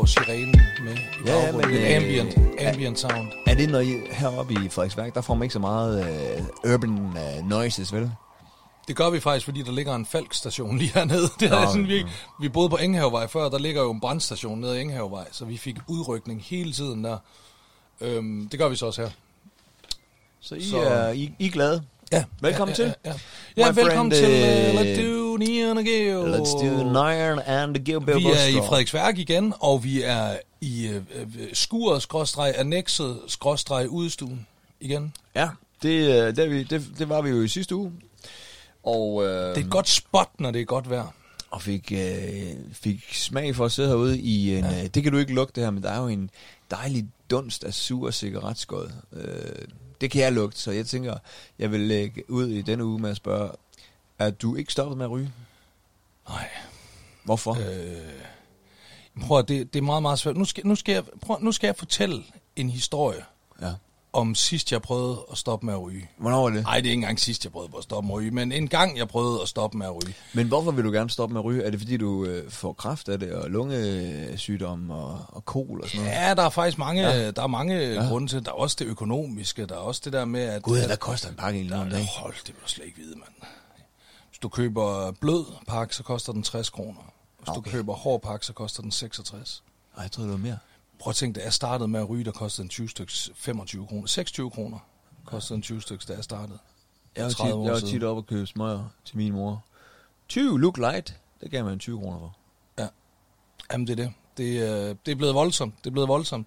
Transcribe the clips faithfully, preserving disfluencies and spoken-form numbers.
får sirenen med i Ja, ja, baggrunden. men, Lidt øh, ambient, ambient sound. Er det, når I heroppe i Frederiksværk, der får man ikke så meget uh, urban uh, noises, vel? Det gør vi faktisk, fordi der ligger en Falk-station lige hernede. Det er Nå, sådan, vi, ja. vi boede på Engehavevej før, der ligger jo en brandstation nede i Engehavevej, så vi fik udrykning hele tiden der. Øhm, det gør vi så også her. Så I, Så- er, I, I er glade? Ja. Velkommen ja, til. Ja, ja. ja My velkommen friend, til uh, øh, Let's Do Neon and Geo. Let's do Nine and the Gilbert Vi er i Frederiksværk igen, og vi er i uh, skuret, skråstreg, annexet, skråstreg, udestuen igen. Ja, det, øh, det, er vi, det, det var vi jo i sidste uge. Og, øh, Det er et godt spot, når det er godt vejr. og fik, øh, fik smag for at sidde herude i en... Ja. Øh, det kan du ikke lugte det her, men der er jo en dejlig dunst af sur cigaretskod. Øh, det kan jeg lugte, så jeg tænker, jeg vil lægge ud i denne uge med at spørge, er du ikke stoppet med at ryge? Nej. Hvorfor? Øh, prøv at, det, det er meget, meget svært. Nu skal, nu, skal jeg, prøv, nu skal jeg fortælle en historie Ja. om sidst, jeg prøvede at stoppe med at ryge. Hvornår var det? Nej, det er ikke engang sidst, jeg prøvede at stoppe med at ryge, men en gang, jeg prøvede at stoppe med at ryge. Men hvorfor vil du gerne stoppe med at ryge? Er det fordi, du øh, får kræft af det, og lungesygdom og, og kol og sådan noget? Ja, der er faktisk mange, Ja. der er mange Ja. grunde til. Der er også det økonomiske, der er også det der med, at... Gud, at, hvad koster en pakke egentlig om der, dagen? hold, det vil du slet ikke vide, mand. Hvis du køber blød pakke, så koster den tres kroner. Hvis okay. Okay. du køber hård pakke, så koster den seksogtres. Ej, jeg troede, det var mere. Prøv at tænke, da jeg startede med at ryge, der kostede en tyve styks femogtyve kroner. seksogtyve kroner kostede en tyve styks, da jeg startede. Jeg var tit, tredive år jeg var siden. tit oppe og købe smøger til min mor. tyve look light, det gav man tyve kroner for. Jamen, det er det. Det, øh, det er blevet voldsomt. Det er blevet voldsomt.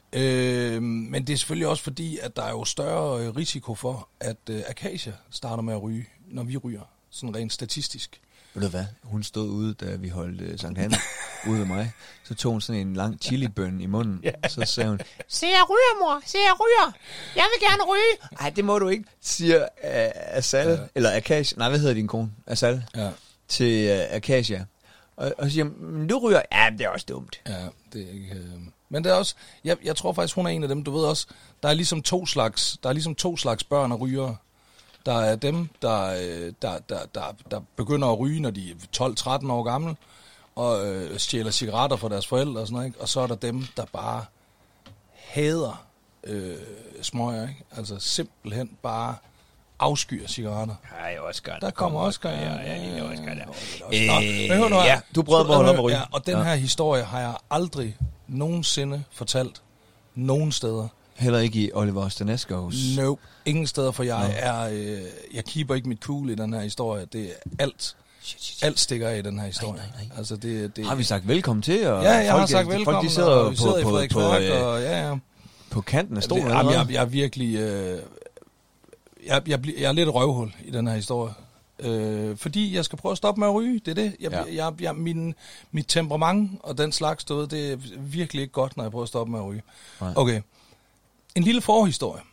Øh, men det er selvfølgelig også fordi, at der er jo større øh, risiko for, at øh, Acacia starter med at ryge, når vi ryger. Sådan rent statistisk. Ved du hvad? Hun stod ude, da vi holdt uh, Sankt Hans ude ved mig. Så tog hun sådan en lang chilibøn i munden. Yeah. Så sagde hun, Se, jeg ryger, mor. Se, jeg ryger. Jeg vil gerne ryge. nej, det må du ikke, siger uh, Asal, ja. eller Acacia, nej, hvad hedder din kone? Asal, Ja, til uh, Acacia. Og, og siger, men du ryger, ja, det er også dumt. ja det er ikke... Øh... Men det er også... Jeg, jeg tror faktisk, hun er en af dem, du ved også, der er ligesom to slags, der er ligesom to slags børn og rygere. Der er dem, der, øh, der, der, der, der begynder at ryge, når de er tolv tretten år gamle, og øh, stjæler cigaretter fra deres forældre og sådan noget, ikke? Og så er der dem, der bare hader øh, smøger, ikke? Altså simpelthen bare afskyer cigaretter. Nej, Oscar. Der kommer Oscar, ja. Ja, ja, lille Oscar der. Øh, men hør nu her. ja, du prøvede på at holde op med at ryge. Ja, og den Ja. her historie har jeg aldrig nogensinde fortalt nogen steder. Heller ikke i Oliver Stanescos. Nope. Ingen steder, for jeg Nå. er... Øh, jeg keeper ikke mit cool i den her historie. Det er alt. Shit, shit, shit. Alt stikker af i den her historie. Nej, nej, nej. Altså, det, det, Har vi sagt velkommen til? Og Ja, jeg folk, har sagt folk, velkommen, de sidder og på, vi sidder i på, på, Frederiksværk, øh, og ja, ja. på kanten af stolen. Det, eller jamen, hvad? jeg, jeg er virkelig... Øh, jeg, jeg, jeg er lidt røvhul i den her historie. Øh, fordi jeg skal prøve at stoppe med at ryge. Det er det. Jeg, Ja. jeg, jeg, min, mit temperament og den slags, du ved, det er virkelig ikke godt, når jeg prøver at stoppe med at ryge. Nej. Okay. En lille forhistorie.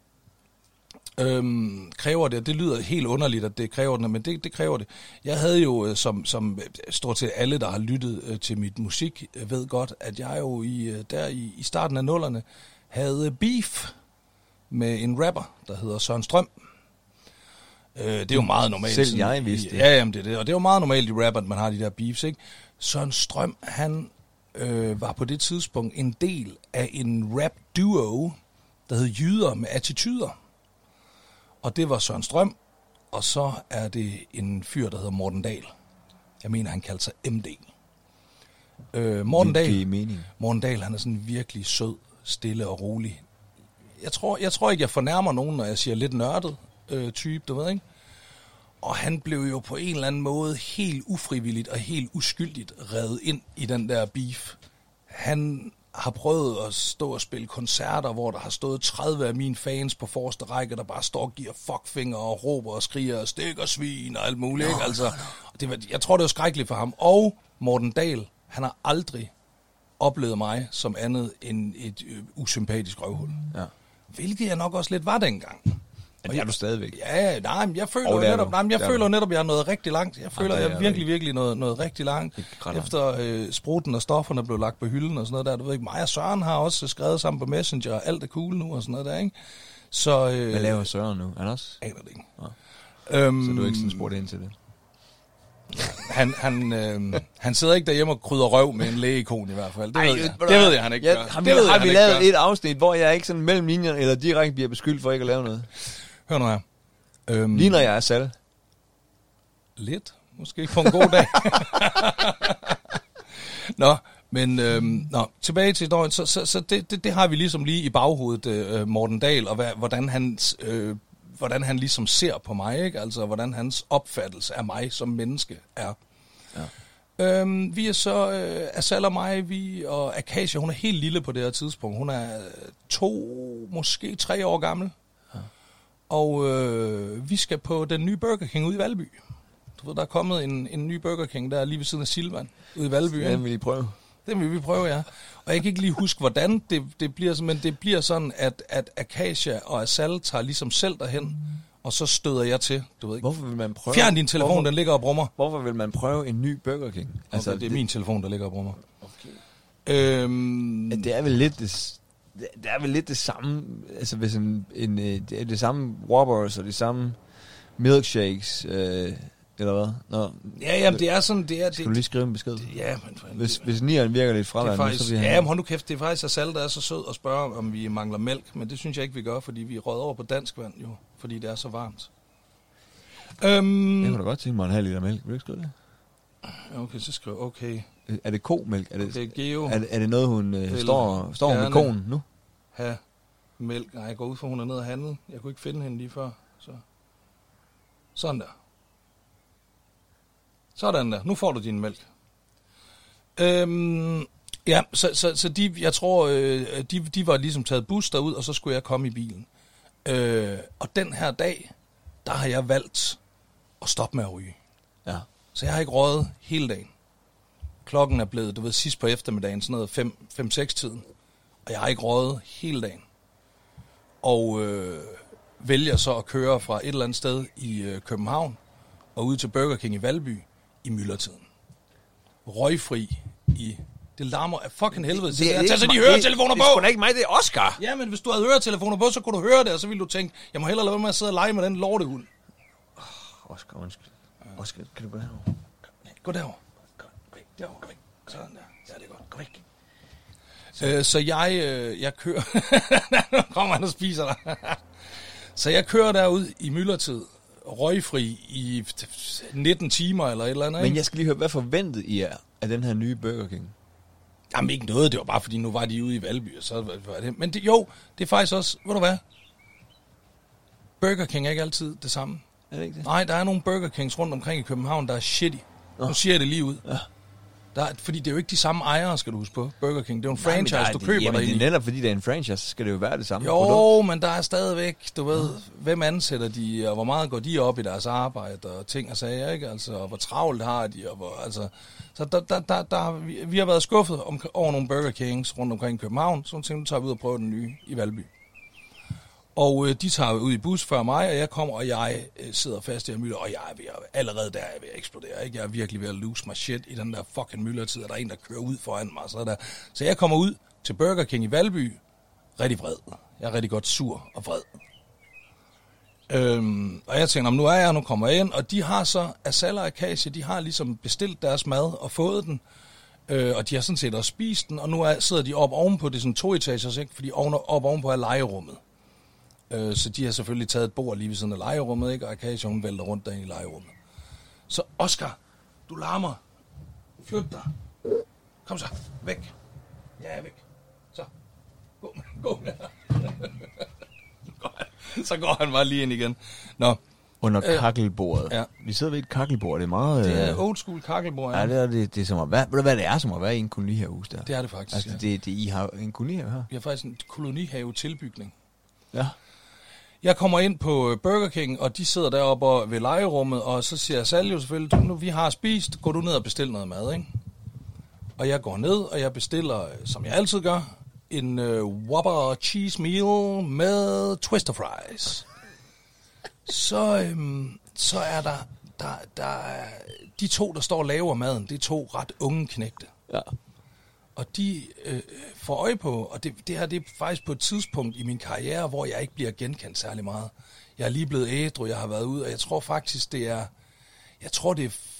Øhm, kræver det, det lyder helt underligt, at det kræver det, men det, det kræver det. Jeg havde jo, øh, som, som stort set alle, der har lyttet øh, til mit musik, øh, ved godt, at jeg jo i, øh, der i, i starten af nullerne havde beef med en rapper, der hedder Søren Strøm. Øh, det er jo meget normalt. Selv sådan jeg i- vidste det. Ja, jamen det er det. Og det er jo meget normalt i rap, at man har de der beefs, ikke? Søren Strøm, han øh, var på det tidspunkt en del af en rap-duo, der hed Jyder med Attituder. Og det var Søren Strøm, og så er det en fyr, der hedder Morten Dahl. Jeg mener, han kaldte sig M D. Øh, Morten Det giver Dahl, mening. Morten Dahl, han er sådan virkelig sød, stille og rolig. Jeg tror, jeg tror ikke, jeg fornærmer nogen, når jeg siger lidt nørdet øh, type, du ved, ikke? Og han blev jo på en eller anden måde helt ufrivilligt og helt uskyldigt revet ind i den der beef. Han har prøvet at stå og spille koncerter, hvor der har stået tredive af mine fans på forreste række, der bare står og giver fuckfinger og råber og skriger og stikker svin og alt muligt. Ikke? Altså, det var, jeg tror, det var skrækkeligt for ham. Og Morten Dahl, han har aldrig oplevet mig som andet end et øh, usympatisk røvhul. Ja. Hvilket jeg nok også lidt var dengang. Men det er du stadigvæk. Ja, nej, men jeg føler Og jo det er netop, du. nej, men jeg Det er føler du. jo netop, at jeg er noget rigtig langt. Jeg føler, det at er jeg du virkelig, ikke. virkelig noget, noget rigtig langt. Ikke ret langt. Efter øh, spruten og stofferne blev lagt på hylden og sådan noget der. Du ved ikke, mig og Søren har også skrevet sammen på Messenger, og alt er cool nu og sådan noget der, ikke? Så, øh, Hvad laver Søren nu? Anders? aner det ikke. Nå. Øhm, Så du er ikke sådan spurgt ind til det? Han, han, øh, han sidder ikke derhjemme og krydder røv med en lægeikon i hvert fald. Det, Ej, ved, jeg. det ved jeg, han ikke ja, gør. Har det vi, ved har jeg, vi han lavet ikke et afsnit, hvor jeg ikke sådan mellem linjerne, eller direkte bliver beskyldt for ikke at lave noget? Hør nu her. Øhm, Ligner jeg er Sal? Lidt. Måske på en god dag. Nå, men øhm, nå, tilbage til historien. Så, så, så det, det, det har vi ligesom lige i baghovedet, øh, Morten Dahl, og hvad, hvordan, han, øh, hvordan han ligesom ser på mig, ikke? Altså, hvordan hans opfattelse af mig som menneske er. Ja. Øhm, vi er så, øh, Asal og mig, vi og Akasia, hun er helt lille på det her tidspunkt. Hun er to, måske tre år gammel. Ja. Og øh, vi skal på den nye Burger King ude i Valby. Du ved, der er kommet en, en ny Burger King, der er lige ved siden af Silvan, ude i Valby. Den vil I prøve. Den vil vi prøve, ja. Og jeg kan ikke lige huske, hvordan det, det bliver, men det bliver sådan, at, at Akasia og Asal tager ligesom selv derhen, og så støder jeg til. Du ved ikke. Hvorfor vil man prøve? Fjern din telefon, hvorfor, den ligger og brummer. Hvorfor vil man prøve en ny Burger King? Altså, okay, det er det, min telefon, der ligger og brummer. Okay. Øhm, ja, det er vel lidt det, det er vel lidt det samme, altså hvis en, en det er det samme Whoppers og det samme milkshakes, øh, eller hvad? Nå, ja, jamen, det er sådan, det er... Skal du lige skrive en besked? Det, ja, men... Hvis, hvis nieren virker lidt fraværende, så bliver han... Ja, men hold nu kæft, det er faktisk Asal, der er så sød at spørge, om vi mangler mælk, men det synes jeg ikke, vi gør, fordi vi er røget over på dansk vand, jo, fordi det er så varmt. Øhm, jeg kunne da godt tænke mig en halv liter mælk. Vil du ikke skrive det? Okay, så skriv okay. Er det komælk? Er det, okay, Geo. Er, er det noget, hun øh, står, står med konen nu? Ha, mælk. Nej, jeg går ud for, hun er nede og handle. Jeg kunne ikke finde hende lige før, så... Sådan der. Sådan der. Nu får du din mælk. Øhm, ja, så, så, så de, jeg tror, øh, de, de var ligesom taget bus derud, og så skulle jeg komme i bilen. Øh, og den her dag, der har jeg valgt at stoppe med at ryge. Ja. Så jeg har ikke røget hele dagen. Klokken er blevet, du ved, sidst på eftermiddagen, sådan noget fem seks tiden. Og jeg har ikke røget hele dagen. Og øh, vælger så at køre fra et eller andet sted i øh, København, og ud til Burger King i Valby, i myldretiden. Røgfri i... Det larmer af fucking helvede. Det, det, Tag så de høretelefoner på! Det er sgu da ikke mig, det er Oscar! Ja, men hvis du havde høretelefoner på, så kunne du høre det, og så ville du tænke, jeg må hellere lade være med at sidde og lege med den lortehund. Oh, Oscar, undskyld. Ja. Oscar, kan du gå derover? Gå derover. Gå væk. Derover, gå væk. Sådan der. Ja, det er godt. Gå væk. Så, øh, så jeg, øh, jeg kører... Nu kommer han og spiser dig. Så jeg kører derud i myldretid, røgfri i nitten timer eller et eller andet. Men jeg skal lige høre, hvad forventede I er af den her nye Burger King? Jamen ikke noget, det var bare fordi, nu var de ude i Valby, og så var det. Men det, jo, det er faktisk også, ved du hvad? Burger King er ikke altid det samme. Er det ikke det? Nej, der er nogle Burger Kings rundt omkring i København, der er shitty. Oh. Nu siger jeg det lige ud. Ja. Der er, fordi det er jo ikke de samme ejere, skal du huske på. Burger King, det er jo en franchise, Nej, du de, køber jamen, dig i. det er netop fordi, det er en franchise, så skal det jo være det samme Jo, produkt. Men der er stadigvæk, du ved, ja. Hvem ansætter de, og hvor meget går de op i deres arbejde, og ting og sager, ikke? Altså, og hvor travlt har de, og hvor, altså... Så der, der, der, der, vi, vi har været skuffet om, over nogle Burger Kings rundt omkring København, så tænkte, nu tager vi ud og prøver den nye i Valby. Og øh, de tager ud i bus før mig, og jeg kommer, og jeg øh, sidder fast i mylder, og jeg er ved at, allerede der er jeg ved at eksplodere, ikke? Jeg er virkelig ved at lose my shit i den der fucking myldretid, og der er en, der kører ud foran mig, så der. Så jeg kommer ud til Burger King i Valby, rigtig vred. Jeg er rigtig godt sur og vred. Øhm, og jeg tænker, nu er jeg, nu kommer jeg ind, og de har så, Asal og Akasia, de har ligesom bestilt deres mad og fået den, øh, og de har sådan set også spist den, og nu er, sidder de op ovenpå, det er sådan to etagers, ikke? Fordi oven, op ovenpå er legerummet. Øh, så de har selvfølgelig taget et bord lige ved siden af legerummet, ikke? Og Akasia, hun vælter rundt derinde i legerummet. Så Oscar, du larmer. Flyt dig. Kom så, væk. Ja, væk. Så, gå med, gå med. Så går han bare lige ind igen. Nå. Under kakkelbordet. Ja. Vi sidder ved et kakkelbord. Det er meget... Det er old school kakkelbord, ja. Ja, det er, det, det er som at være... Ved du hvad det er, som at være i en kolonihavehus der? Det er det faktisk, altså, ja. det, det, I har en kolonihave her? Vi har faktisk en kolonihave-tilbygning. Ja. Jeg kommer ind på Burger King, og de sidder deroppe ved legerummet, og så siger Asal jo selvfølgelig, nu vi har spist, går du ned og bestil noget mad, ikke? Og jeg går ned, og jeg bestiller, som jeg altid gør, en uh, Whopper cheese meal med twister fries. Så, øhm, så er der, der, der de to, der står og laver maden, det er to ret unge knægte. Ja. Og de øh, får øje på, og det, det her det er faktisk på et tidspunkt i min karriere, hvor jeg ikke bliver genkendt særlig meget. Jeg er lige blevet ædru, jeg har været ude, og jeg tror faktisk, det er, jeg tror det er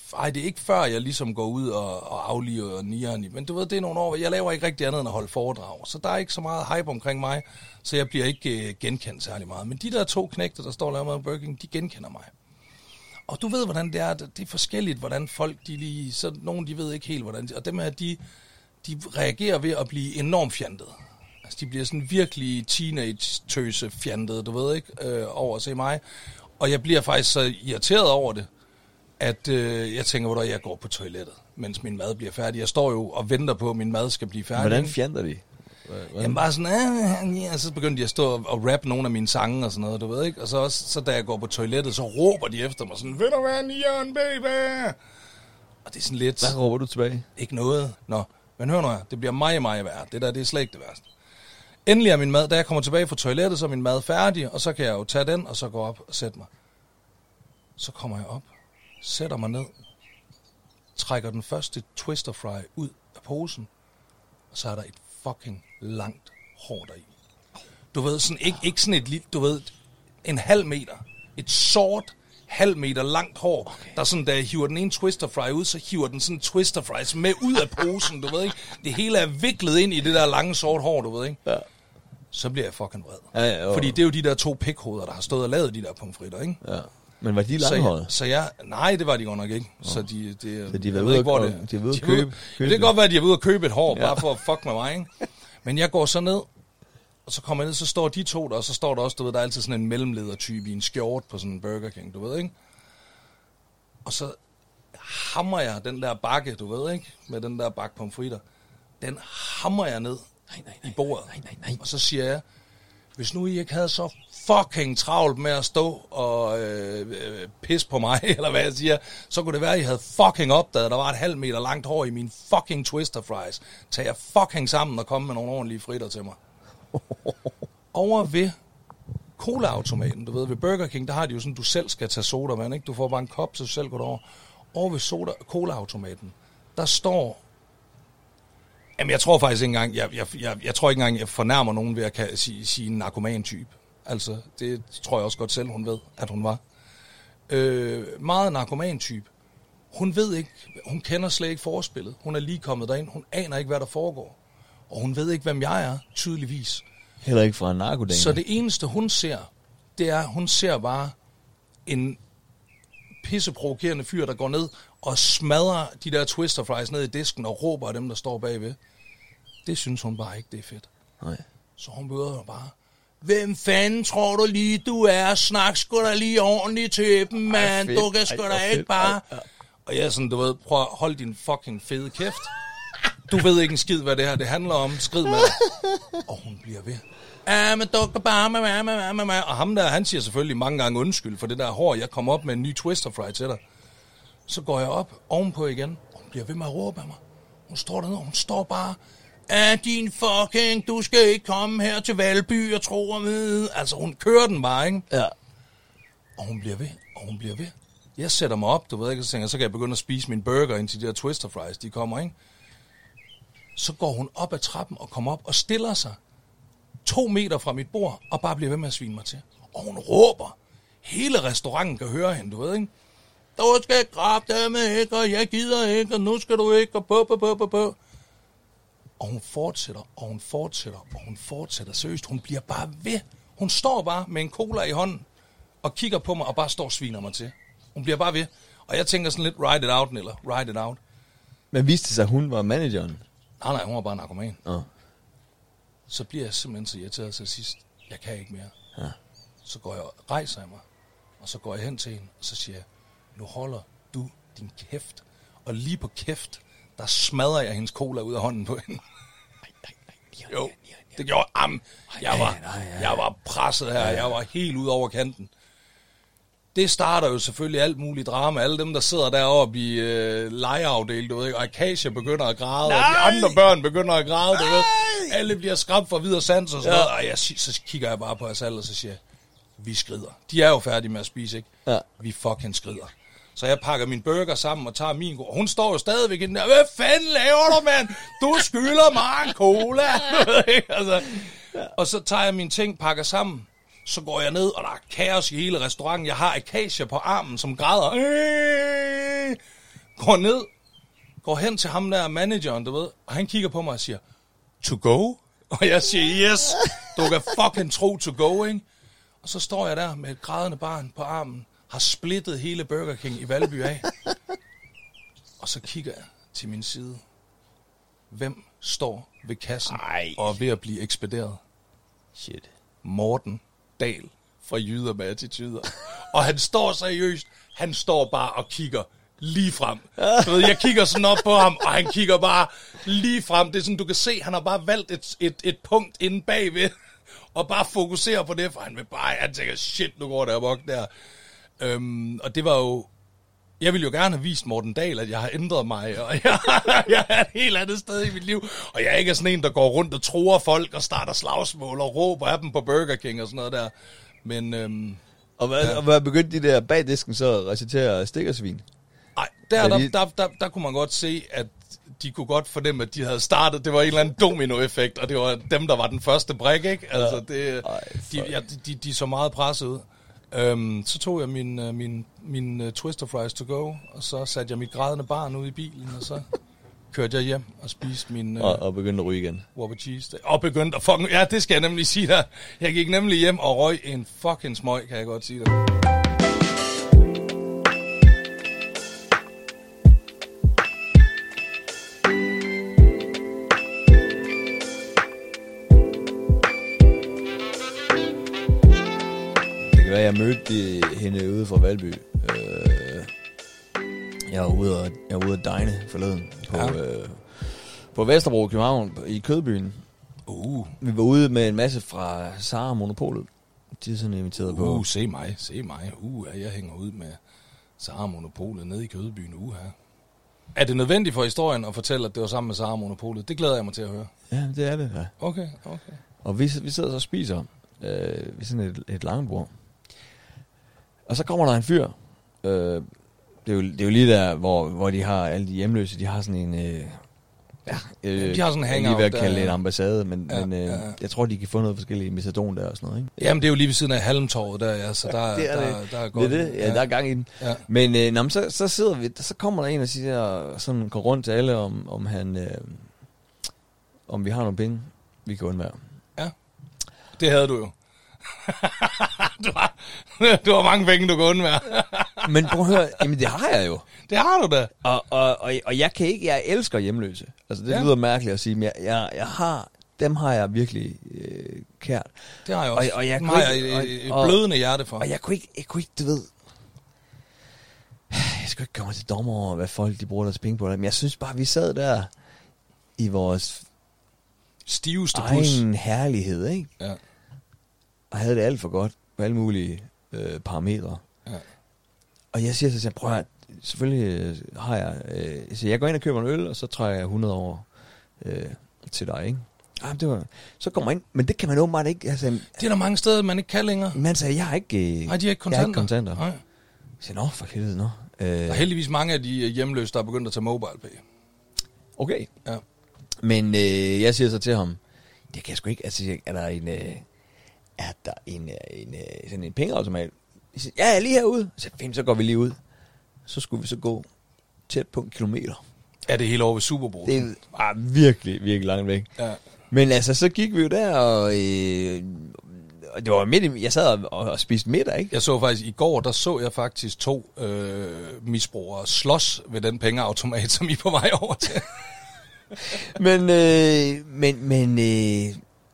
ej, det er ikke før, jeg ligesom går ud og, og afliver nigeren i. Men du ved, det er nogle år, jeg laver ikke rigtig andet end at holde foredrag. Så der er ikke så meget hype omkring mig, så jeg bliver ikke øh, genkendt særlig meget. Men de der to knægte, der står og laver mad i Burger King, de genkender mig. Og du ved, hvordan det er. Det er forskelligt, hvordan folk, de lige... Så nogen, de ved ikke helt, hvordan... De, og dem her, de, de reagerer ved at blive enormt fjandede. Altså, de bliver sådan virkelig teenage-tøse fjandede, du ved ikke, øh, over at se mig. Og jeg bliver faktisk så irriteret over det, at øh, jeg tænker, hvordan jeg går på toilettet, mens min mad bliver færdig. Jeg står jo og venter på, at min mad skal blive færdig. Hvordan fjander de? Hvordan? Jamen bare sådan, ja, så begyndte de at stå og rappe nogle af mine sange og sådan noget, du ved ikke? Og så, også, så da jeg går på toilettet, så råber de efter mig sådan, vil du være nieren, baby? Og det er sådan lidt... Hvad råber du tilbage? Ikke noget. Nå, men hør nu her, det bliver meget, meget værd. Det der, det er slet ikke det værste. Endelig er min mad, da jeg kommer tilbage fra toilettet, så er min mad færdig, og så kan jeg jo tage den, og så gå op og sætte mig. Så kommer jeg op, sætter mig ned, trækker den første Twister Fry ud af posen, og så er der et fucking langt hår deri. Du ved, sådan, ikke, ikke sådan et lille, du ved, en halv meter, et sort halv meter langt hår, okay. Der sådan, da jeg hiver den ene Twister Fry ud, så hiver den sådan Twister Fries med ud af posen, du ved ikke. Det hele er viklet ind i det der lange sort hår, du ved ikke. Ja. Så bliver jeg fucking vred. Ja, ja, fordi det er jo de der to pikhoveder, der har stået og lavet de der pomfritter, ikke? Ja. Men var de langhårede? Så, så jeg, nej, det var de godt nok ikke. Oh. Så de, de, så de var ude at, de var ude at købe? Det kan godt være, at de er ude at købe et hår, ja. Bare for at fuck med mig, ikke? Men jeg går så ned, og så kommer jeg ned, så står de to der, og så står der også, du ved, der er altid sådan en mellemledertype i en skjort på sådan en Burger King, du ved, ikke? Og så hammer jeg den der bakke, du ved, ikke? Med den der bakke pomfritter. Den hammer jeg ned nej, nej, nej, i bordet. Nej, nej, nej. Og så siger jeg, hvis nu I ikke havde så fucking travlt med at stå og øh, øh, pisse på mig, eller hvad jeg siger, så kunne det være, at I havde fucking opdaget, at der var et halvt meter langt hår i mine fucking Twister Fries. Tag jer fucking sammen og kom med nogle ordentlige fritter til mig. Over ved cola-automaten, du ved, ved Burger King, der har de jo sådan, du selv skal tage sodavand, ikke? Du får bare en kop, så du selv går derover. Over ved soda, cola-automaten, der står... Jamen, jeg tror faktisk ikke engang, jeg, jeg, jeg, jeg tror ikke engang, jeg fornærmer nogen ved at kan sige, sige en narkoman-type. Altså, det tror jeg også godt selv, hun ved, at hun var. Øh, meget narkoman-type. Hun ved ikke, hun kender slet ikke forspillet. Hun er lige kommet derind, hun aner ikke, hvad der foregår. Og hun ved ikke, hvem jeg er, tydeligvis. Heller ikke fra en narkodænger. Så det eneste, hun ser, det er, hun ser bare en pisseprovokerende fyr, der går ned og smadrer de der Twister Fries ned i disken og råber af dem, der står bagved. Det synes hun bare ikke, det er fedt. Nej. Så hun begynder bare, hvem fanden tror du lige, du er? Snak sgu da lige ordentligt til dem, mand. Du kan sgu da ikke bare... Ja. Og jeg er sådan, du ved, prøv at holde din fucking fede kæft. Du ved ikke en skid, hvad det her det handler om. Skrid med dig. Og hun bliver ved. Ja, men du kan bare med, med, med, med, med. Og ham der, han siger selvfølgelig mange gange undskyld for det der hår. Jeg kommer op med en ny Twister Fry til dig. Så går jeg op ovenpå igen. Og hun bliver ved med at råbe af mig. Hun står dernede, og hun står bare... Ja, din fucking, du skal ikke komme her til Valby og tro og med. Altså, hun kører den bare, ikke? Ja. Og hun bliver ved, og hun bliver ved. Jeg sætter mig op, du ved ikke, så tænker jeg, så kan jeg begynde at spise min burger indtil de der Twister Fries, de kommer, ikke? Så går hun op ad trappen og kommer op og stiller sig to meter fra mit bord, og bare bliver ved med at svine mig til. Og hun råber. Hele restauranten kan høre hende, du ved, ikke? Du skal kraftedeme ikke, og jeg gider ikke, og nu skal du ikke, og på, på, på, på, på. Og hun fortsætter, og hun fortsætter, og hun fortsætter. Seriøst, hun bliver bare ved. Hun står bare med en cola i hånden, og kigger på mig, og bare står og sviner mig til. Hun bliver bare ved. Og jeg tænker sådan lidt, ride it out, Niller, ride it out. Men viste det sig, at hun var manageren? Nej, nej, hun var bare narkoman. Oh. Så bliver jeg simpelthen så irriteret til sidst. Jeg kan ikke mere. Ja. Så går jeg og rejser mig, og så går jeg hen til hende, og så siger jeg, nu holder du din kæft. Og lige på kæft, der smadrer jeg hendes cola ud af hånden på hende. Nej, nej, nej. Jo, det gjorde am. Jeg var, jeg var presset her, jeg var helt ud over kanten. Det starter jo selvfølgelig alt muligt drama. Alle dem, der sidder deroppe i øh, legeafdelen, du ved ikke, og Akasia begynder at græde, nej! Og de andre børn begynder at græde, du ved. Alle bliver skræmt for videre sans og sådan ja. Noget. Og jeg, så kigger jeg bare på os alle, og så siger jeg, vi skrider. De er jo færdige med at spise, ikke? Ja. Vi fucking skrider. Så jeg pakker min burger sammen og tager min cola. Hun står jo stadigvæk i den der, hvad fanden laver du, mand? Du skylder mig en cola. Altså. Og så tager jeg mine ting, pakker sammen. Så går jeg ned, og der er kaos i hele restauranten. Jeg har Akasia på armen, som græder. Øh, går ned, går hen til ham der, manageren, du ved, og han kigger på mig og siger, to go? Og jeg siger, yes, du kan fucking tro to go, ikke? Og så står jeg der med et grædende barn på armen, har splittet hele Burger King i Valby af. Og så kigger jeg til min side. Hvem står ved kassen Ej. og er ved at blive ekspederet? Shit. Morten Dahl fra Jyder med Attituder. Og han står seriøst, han står bare og kigger lige frem. Du ved, jeg kigger sådan op på ham, og han kigger bare lige frem. Det er sådan, du kan se, han har bare valgt et, et, et punkt inde bagved, og bare fokuserer på det, for han vil bare, han tænker, shit, nu går der amok der. Øhm, og det var jo, jeg ville jo gerne have vist Morten Dahl, at jeg har ændret mig, og jeg, jeg er et helt andet sted i mit liv, og jeg er ikke sådan en, der går rundt og tror folk, og starter slagsmål, og råber af dem på Burger King og sådan noget der. Men, øhm, og, hvad, ja. og hvad begyndte de der bagdisken så at recitere stikkersvin? Nej, der, der, der, der, der kunne man godt se, at de kunne godt fornemme, at de havde startet. Det var en eller anden domino-effekt, og det var dem, der var den første brik, ikke? Altså, det, Ej, de, ja, de, de så meget presset ud. Um, så tog jeg min, uh, min, min uh, Twister Fries to go, og så satte jeg mit grædende barn ud i bilen, og så kørte jeg hjem og spiste min... Uh, og, og begyndte at ryge igen. Whopper cheese. Og begyndte at fucking... Ja, det skal jeg nemlig sige dig. Jeg gik nemlig hjem og røg en fucking smøg, kan jeg godt sige dig. Jeg mødte hende ude fra Valby. Øh, jeg var ude og, jeg var ude at dine forleden på, ja. øh, på Vesterbro, København, i Kødbyen. Uh. Vi var ude med en masse fra Sara Monopolet. De er sådan inviteret uh, på. Uh, se mig, se mig. Uh, jeg hænger ud med Sara Monopolet nede i Kødbyen. Uh, her. Er det nødvendigt for historien at fortælle, at det var sammen med Sara Monopolet? Det glæder jeg mig til at høre. Ja, det er det, ja. Okay, okay. Og vi, vi sidder så og spiser øh, ved sådan et, et langbord. Og så kommer der en fyr. Øh, det, er jo, det er jo lige der, hvor, hvor de har alle de hjemløse, de har sådan en... Øh, ja, øh, de har sådan en hangout. Jeg lige ved at kalde det en ambassade, men, ja, men øh, ja, ja. jeg tror, de kan få noget forskellige metadon der og sådan noget, ikke? Jamen, det er jo lige ved siden af Halmtorvet der, ja, så der, ja, det er, der, det. der er godt. Det er det, ja, ja. Der er gang i den. Ja. Men øh, nå, så, så sidder vi, så kommer der en og siger, sådan går rundt til alle, om, om han... Øh, om vi har nogle penge, vi kan undvære. Ja, det havde du jo. du, har, du har mange penge, du kan undvære. Men prøv at høre, jamen det har jeg jo. Det har du da. Og, og, og, og jeg kan ikke, jeg elsker hjemløse. Altså det ja. lyder mærkeligt at sige, men jeg, jeg, jeg har, dem har jeg virkelig øh, kært. Det har jeg også. Og, og jeg dem har jeg et, et blødende hjerte for. Og jeg kunne ikke, jeg kunne ikke, du ved, jeg skal ikke komme til dommer over, hvad folk de bruger deres penge på. Men jeg synes bare, vi sad der i vores stiveste pus. Egen herlighed, ikke? Ja. Og havde det alt for godt på alle mulige øh, parametre. Ja. Og jeg siger til sig, prøv at selvfølgelig øh, har jeg... Øh, så jeg går ind og køber en øl, og så trækker jeg hundrede over øh, til dig, ikke? Ah, det var, så kommer man ind, men det kan man åbenbart ikke... Altså, det er der mange steder, man ikke kan længere. Man sagde, jeg har ikke... Øh, Nej, de har ikke kontanter. Jeg har ikke kontanter. Nej. Jeg siger, nå, for helvede, nå. Øh, der er heldigvis mange af de hjemløse, der er begyndt at tage MobilePay. Okay. Ja. Men øh, jeg siger så til ham, det kan jeg sgu ikke... Altså, er der en... Øh, er der en, en, en, sådan en pengeautomat? Jeg siger, ja, jeg er lige herude. Så fint, så går vi lige ud. Så skulle vi så gå tæt på en kilometer. Er det hele over ved Superbrug? Det er virkelig, virkelig langt væk. Ja. Men altså, så gik vi jo der, og, øh, og det var midt i, jeg sad og, og spiste middag, ikke? Jeg så faktisk, i går, der så jeg faktisk to øh, misbrugere slås ved den pengeautomat, som I er på vej over til. men, øh, men, men, øh,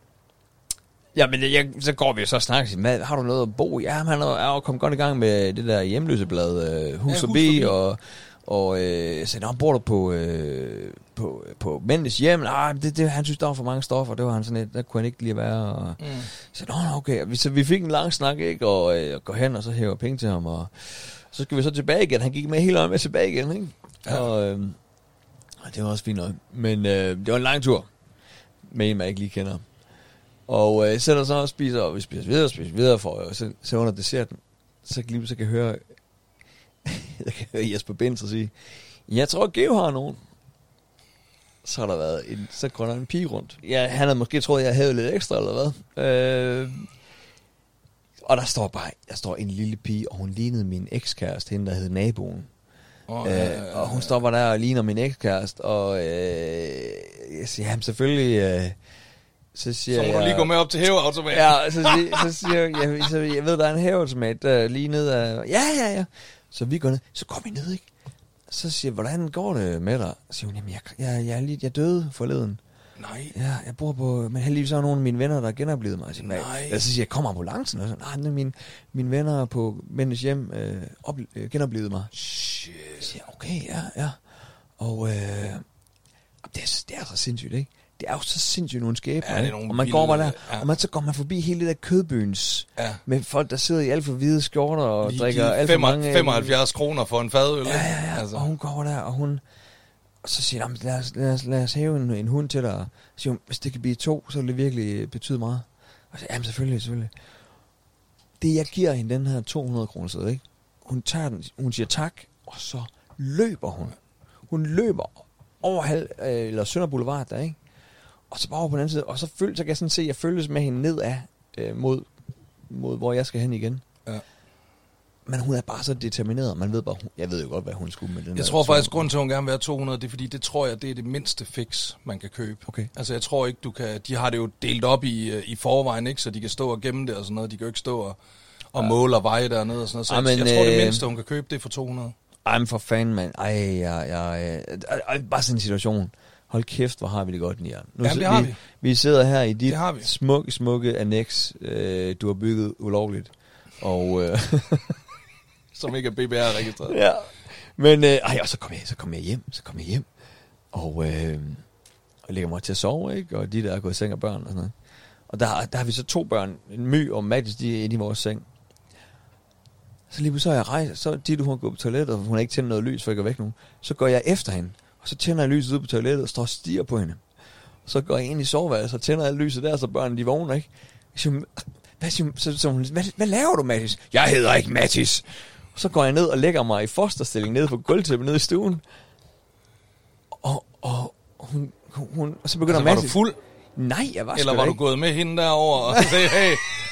ja, men jeg, så går vi jo så og snakker og siger, har du noget at bo i? Ja, men han er jo kommet godt i gang med det der hjemløseblad, øh, Hus ja, forbi, og, og øh, så nå, bor du på, øh, på, på mændenes hjem? Nej, det, det, han synes, der var for mange stoffer, det var han sådan lidt, der kunne han ikke lige være. Og, mm. Så nå, okay, vi, så vi fik en lang snak, ikke, og, øh, og går hen, og så hæver penge til ham, og så skal vi så tilbage igen. Han gik med hele øjen med tilbage igen, ikke? Ja. Og, øh, og det var også fint nok. Men øh, det var en lang tur, med en, man ikke lige kender. Og øh, sætter så og spiser, og vi spiser videre og spiser videre, for, og så, så under desserten, så kan jeg, så kan jeg høre, jeg kan høre Jesper Binds sige, jeg tror, Geo har nogen. Så har der været en, så går der en pige rundt. Ja, han havde måske troet, jeg havde lidt ekstra, eller hvad. Øh, og der står bare, der står en lille pige, og hun lignede min ekskæreste, hende der hed naboen. Oh, øh, ja, ja, ja. og hun stopper der og ligner min ekskæreste, og øh, jeg siger, jamen selvfølgelig... Øh, så siger så må jeg, du lige gå med op til hæveautomaten. Ja, så, siger, så siger jeg, jeg, så jeg ved, der er en hæveautomat der lige ned af... Ja, ja, ja. Så vi går ned, så går vi ned, ikke? Så siger jeg, hvordan går det med dig? Så siger hun, jamen, jeg, jeg, jeg, er lige, jeg døde forleden. Nej. Ja, jeg bor på... Men heldigvis er nogle af mine venner, der er genoplevet mig. Så, Nej. så siger jeg, kom ambulancen? Og så, nej, mine, mine venner på Mændenes Hjem øh, op, øh, genoplevet mig. Shit. Så siger jeg, okay, ja, ja. Og øh, det, er, det er så sindssygt, ikke? Det er jo så sindssygt nogle skæbner, ja, ikke? Og man går bare der, ja. og man, så går man forbi hele det der kødbyens, ja. med folk, der sidder i alt for hvide skjorter og lige drikker alt for mange... femoghalvfjerds kroner for en fadøl. Ja, ja, ja. Altså. Og hun går der, og hun... Og så siger hun, lad os, lad os, lad os hæve en, en hund til dig. Og så siger hun, hvis det kan blive to, så vil det virkelig betyde meget. Og så siger jamen selvfølgelig, selvfølgelig. Det, jeg giver hende den her to hundrede kroner sæde, ikke? Hun tager den, hun siger tak, og så løber hun. Hun løber over halv, øh, eller Sønder Boulevard der, ikke? Og så bare over på den anden side, og så, føl, så kan jeg sådan se, at jeg følges med hende nedad øh, mod, mod, hvor jeg skal hen igen. Ja. Men hun er bare så determineret. Man ved bare, hun, jeg ved jo godt, hvad hun skulle med den. Jeg tror faktisk, grund til, at hun gerne vil have to hundrede, det er fordi, det tror jeg, det er det mindste fix, man kan købe. Okay. Altså, jeg tror ikke, du kan... De har det jo delt op i, i forvejen, ikke? Så de kan stå og gemme det og sådan noget. De kan jo ikke stå og, og ja. måle og veje dernede og sådan noget. Så Amen, jeg, jeg tror, det mindste, hun kan købe, det er for to hundrede. Ej, men for fanden, mand. Ej, jeg, jeg, jeg, bare sådan en situation. Hold kæft, hvor har vi det godt, Nian. Nu, Jamen, det har vi, vi. Vi sidder her i dit smukke, smukke annex, øh, du har bygget ulovligt. Og... Øh, som ikke er B B R-registreret. Ja. Men, øh, ej, og så kom jeg, så kom jeg hjem, så kom jeg hjem. Og, øh, og lægger mig til at sove, ikke? Og de der er gået i seng af børn og sådan noget. Og der, der har vi så to børn, en My og Mathis, de er inde i vores seng. Så lige så jeg rejser, så de, hun går på toilettet, og hun har ikke tændt noget lys, for ikke at vække nogen. Så går jeg efter hende, og så tænder jeg lyset ud på toilettet, og står og stiger på hende. Og så går jeg ind i soveværelset, og tænder jeg lyset der, så børnene de vågner, ikke? Så, hvad, så, så, så, hvad, hvad laver du, Mathis? Jeg hedder ikke Mathis. Og så går jeg ned og lægger mig i fosterstilling nede på gulvtæppet nede i stuen. Og, og hun, hun, og så begynder altså, Mathis... var du fuld? Nej, jeg var Eller sgu var ikke. du gået med hende derover og sagde, hey,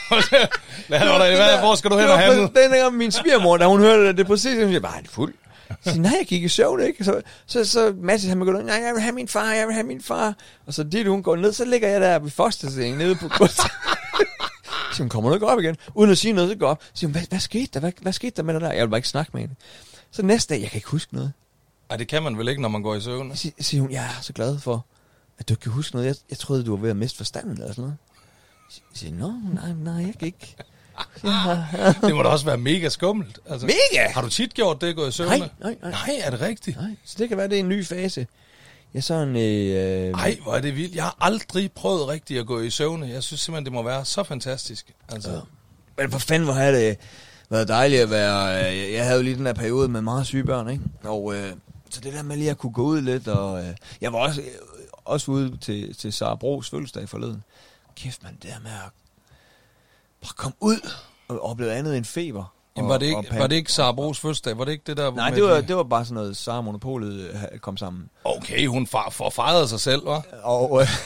hvor skal du hen og handle? Den gang min svigermor, da hun hørte det, det præcis, hun siger, bare, er det fuld? Så nej, jeg gik i søvn, ikke? Så, så, så Mathis, han begynder, nej, jeg vil have min far, jeg vil have min far. Og så dit, hun går ned, så ligger jeg der ved fosterstilling nede på gulvet. Så hun kommer nu ikke op igen, uden at sige noget, så går op. Så siger hun, hvad, hvad skete der? Hvad, hvad skete der med dig der? Jeg vil bare ikke snakke med hende. Så næste dag, jeg kan ikke huske noget. Ej, det kan man vel ikke, når man går i søvn? Så siger hun, jeg er så glad for, at du ikke kan huske noget. Jeg, jeg troede, du var ved at miste forstanden eller sådan noget. Så siger nå, nej, nej, jeg kan ikke. Ja. Det må da også være mega skummelt. Altså, mega! Har du tit gjort det, gået i søvn? Nej, nej, nej. Nej, er det rigtigt? Nej, så det kan være, det er en ny fase. Jeg sådan... Øh, Ej, hvor er det vildt. Jeg har aldrig prøvet rigtigt at gå i søvne. Jeg synes simpelthen, det må være så fantastisk. Altså. Ja. Men for fanden, hvor har det været dejligt at være... Jeg havde jo lige den der periode med meget syge børn, ikke? Og øh, så det der med lige at kunne gå ud lidt, og... Øh, jeg var også, også ude til, til Sara Bros fødselsdag forleden. Kæft, man, det der med at bare komme ud og opleve andet end feber. Jamen, var det ikke, var det ikke Sara Bros fødselsdag? Var det ikke det der... Nej, det var, det var bare sådan noget, Sara Monopolet kom sammen. Okay, hun far, forfejrede sig selv, hva'? Og... Øh,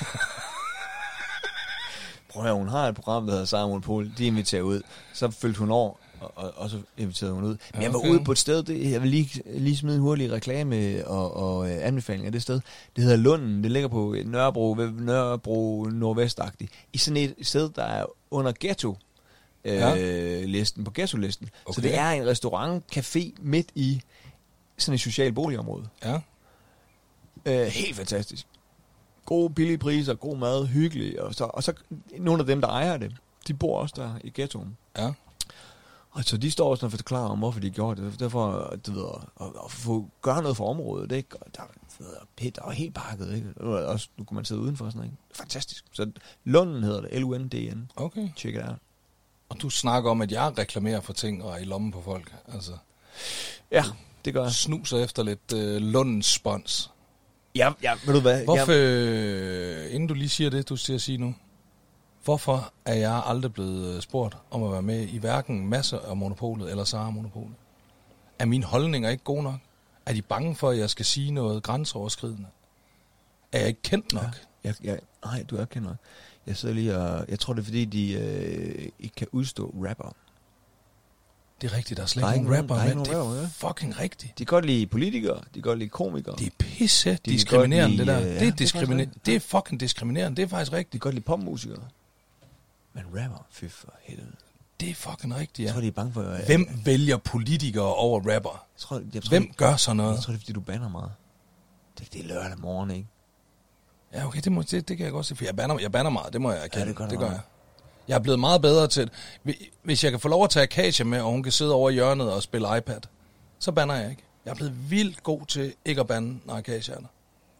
prøv at høre, hun har et program, der hedder Sara Monopolet. De inviterer ud. Så følte hun over, og, og, og så inviterede hun ud. Men jeg var okay. ude på et sted, det, jeg vil lige, lige smide en hurtig reklame og, og øh, anbefaling af det sted. Det hedder Lunden. Det ligger på Nørrebro, Nørrebro Nordvestagtigt. I sådan et sted, der er under ghetto. Ja. Øh, listen, på ghetto-listen. Okay. Så det er en restaurant, café midt i sådan et socialt boligområde. Ja. Øh, helt fantastisk. Gode, billige priser, god mad, hyggelig. Og så, og så nogle af dem, der ejer det, de bor også der i ghettoen. Ja. Og så de står også og forklarer om, hvorfor de gjorde det. Derfor, du ved, at, at få gøre noget for området, ikke? Og der, der, der var helt pakket, ikke? Også, nu kunne man sidde udenfor sådan noget, ikke? Fantastisk. Så Lunden hedder det, L U N D N. Okay. Check it out. Og du snakker om, at jeg reklamerer for ting og er i lommen på folk. Altså, ja, det gør jeg. Snuser efter lidt øh, Lundens spons. Ja, ja, ved du hvad? Hvorfor, øh, inden du lige siger det, du siger at sige nu, hvorfor er jeg aldrig blevet spurgt om at være med i hverken Masser af Monopolet eller Sara Monopolet? Er mine holdninger ikke gode nok? Er de bange for, at jeg skal sige noget grænseoverskridende? Er jeg ikke kendt nok? Ja, jeg, jeg, nej, du er ikke kendt nok. Jeg sidder lige og... Jeg tror, det er fordi, de øh, ikke kan udstå rapper. Det er rigtigt, der er slet Der er ikke nogen ikke rapper nogen- med. der er ikke Det nogen er rapper fucking rigtigt. De kan godt lide politikere, de kan godt lide komikere. Det er pisse kan diskriminerende, godt det lide, der. øh, Det ja, er, det er diskriminerende. faktisk Det er fucking diskriminerende. Det er faktisk De rigtigt. kan godt lide popmusikere. Men rapper, fy for helvede. Det er fucking rigtigt, Jeg ja. tror, de er bange for... at- Hvem vælger politikere over rapper? Jeg tror, jeg tror, Hvem gør sådan noget? Jeg tror, det er, fordi du bander meget. Det, det er lørdag morgen, ikke? Ja, okay, det, må, det, det kan jeg godt se, for jeg banner, jeg banner meget, det må jeg erkende. Ja, det gør du det gør meget. jeg. Jeg er blevet meget bedre til det. Hvis jeg kan få lov at tage Akasia med, og hun kan sidde over i hjørnet og spille iPad, så banner jeg ikke. Jeg er blevet vildt god til ikke at bande, når Akasia er der.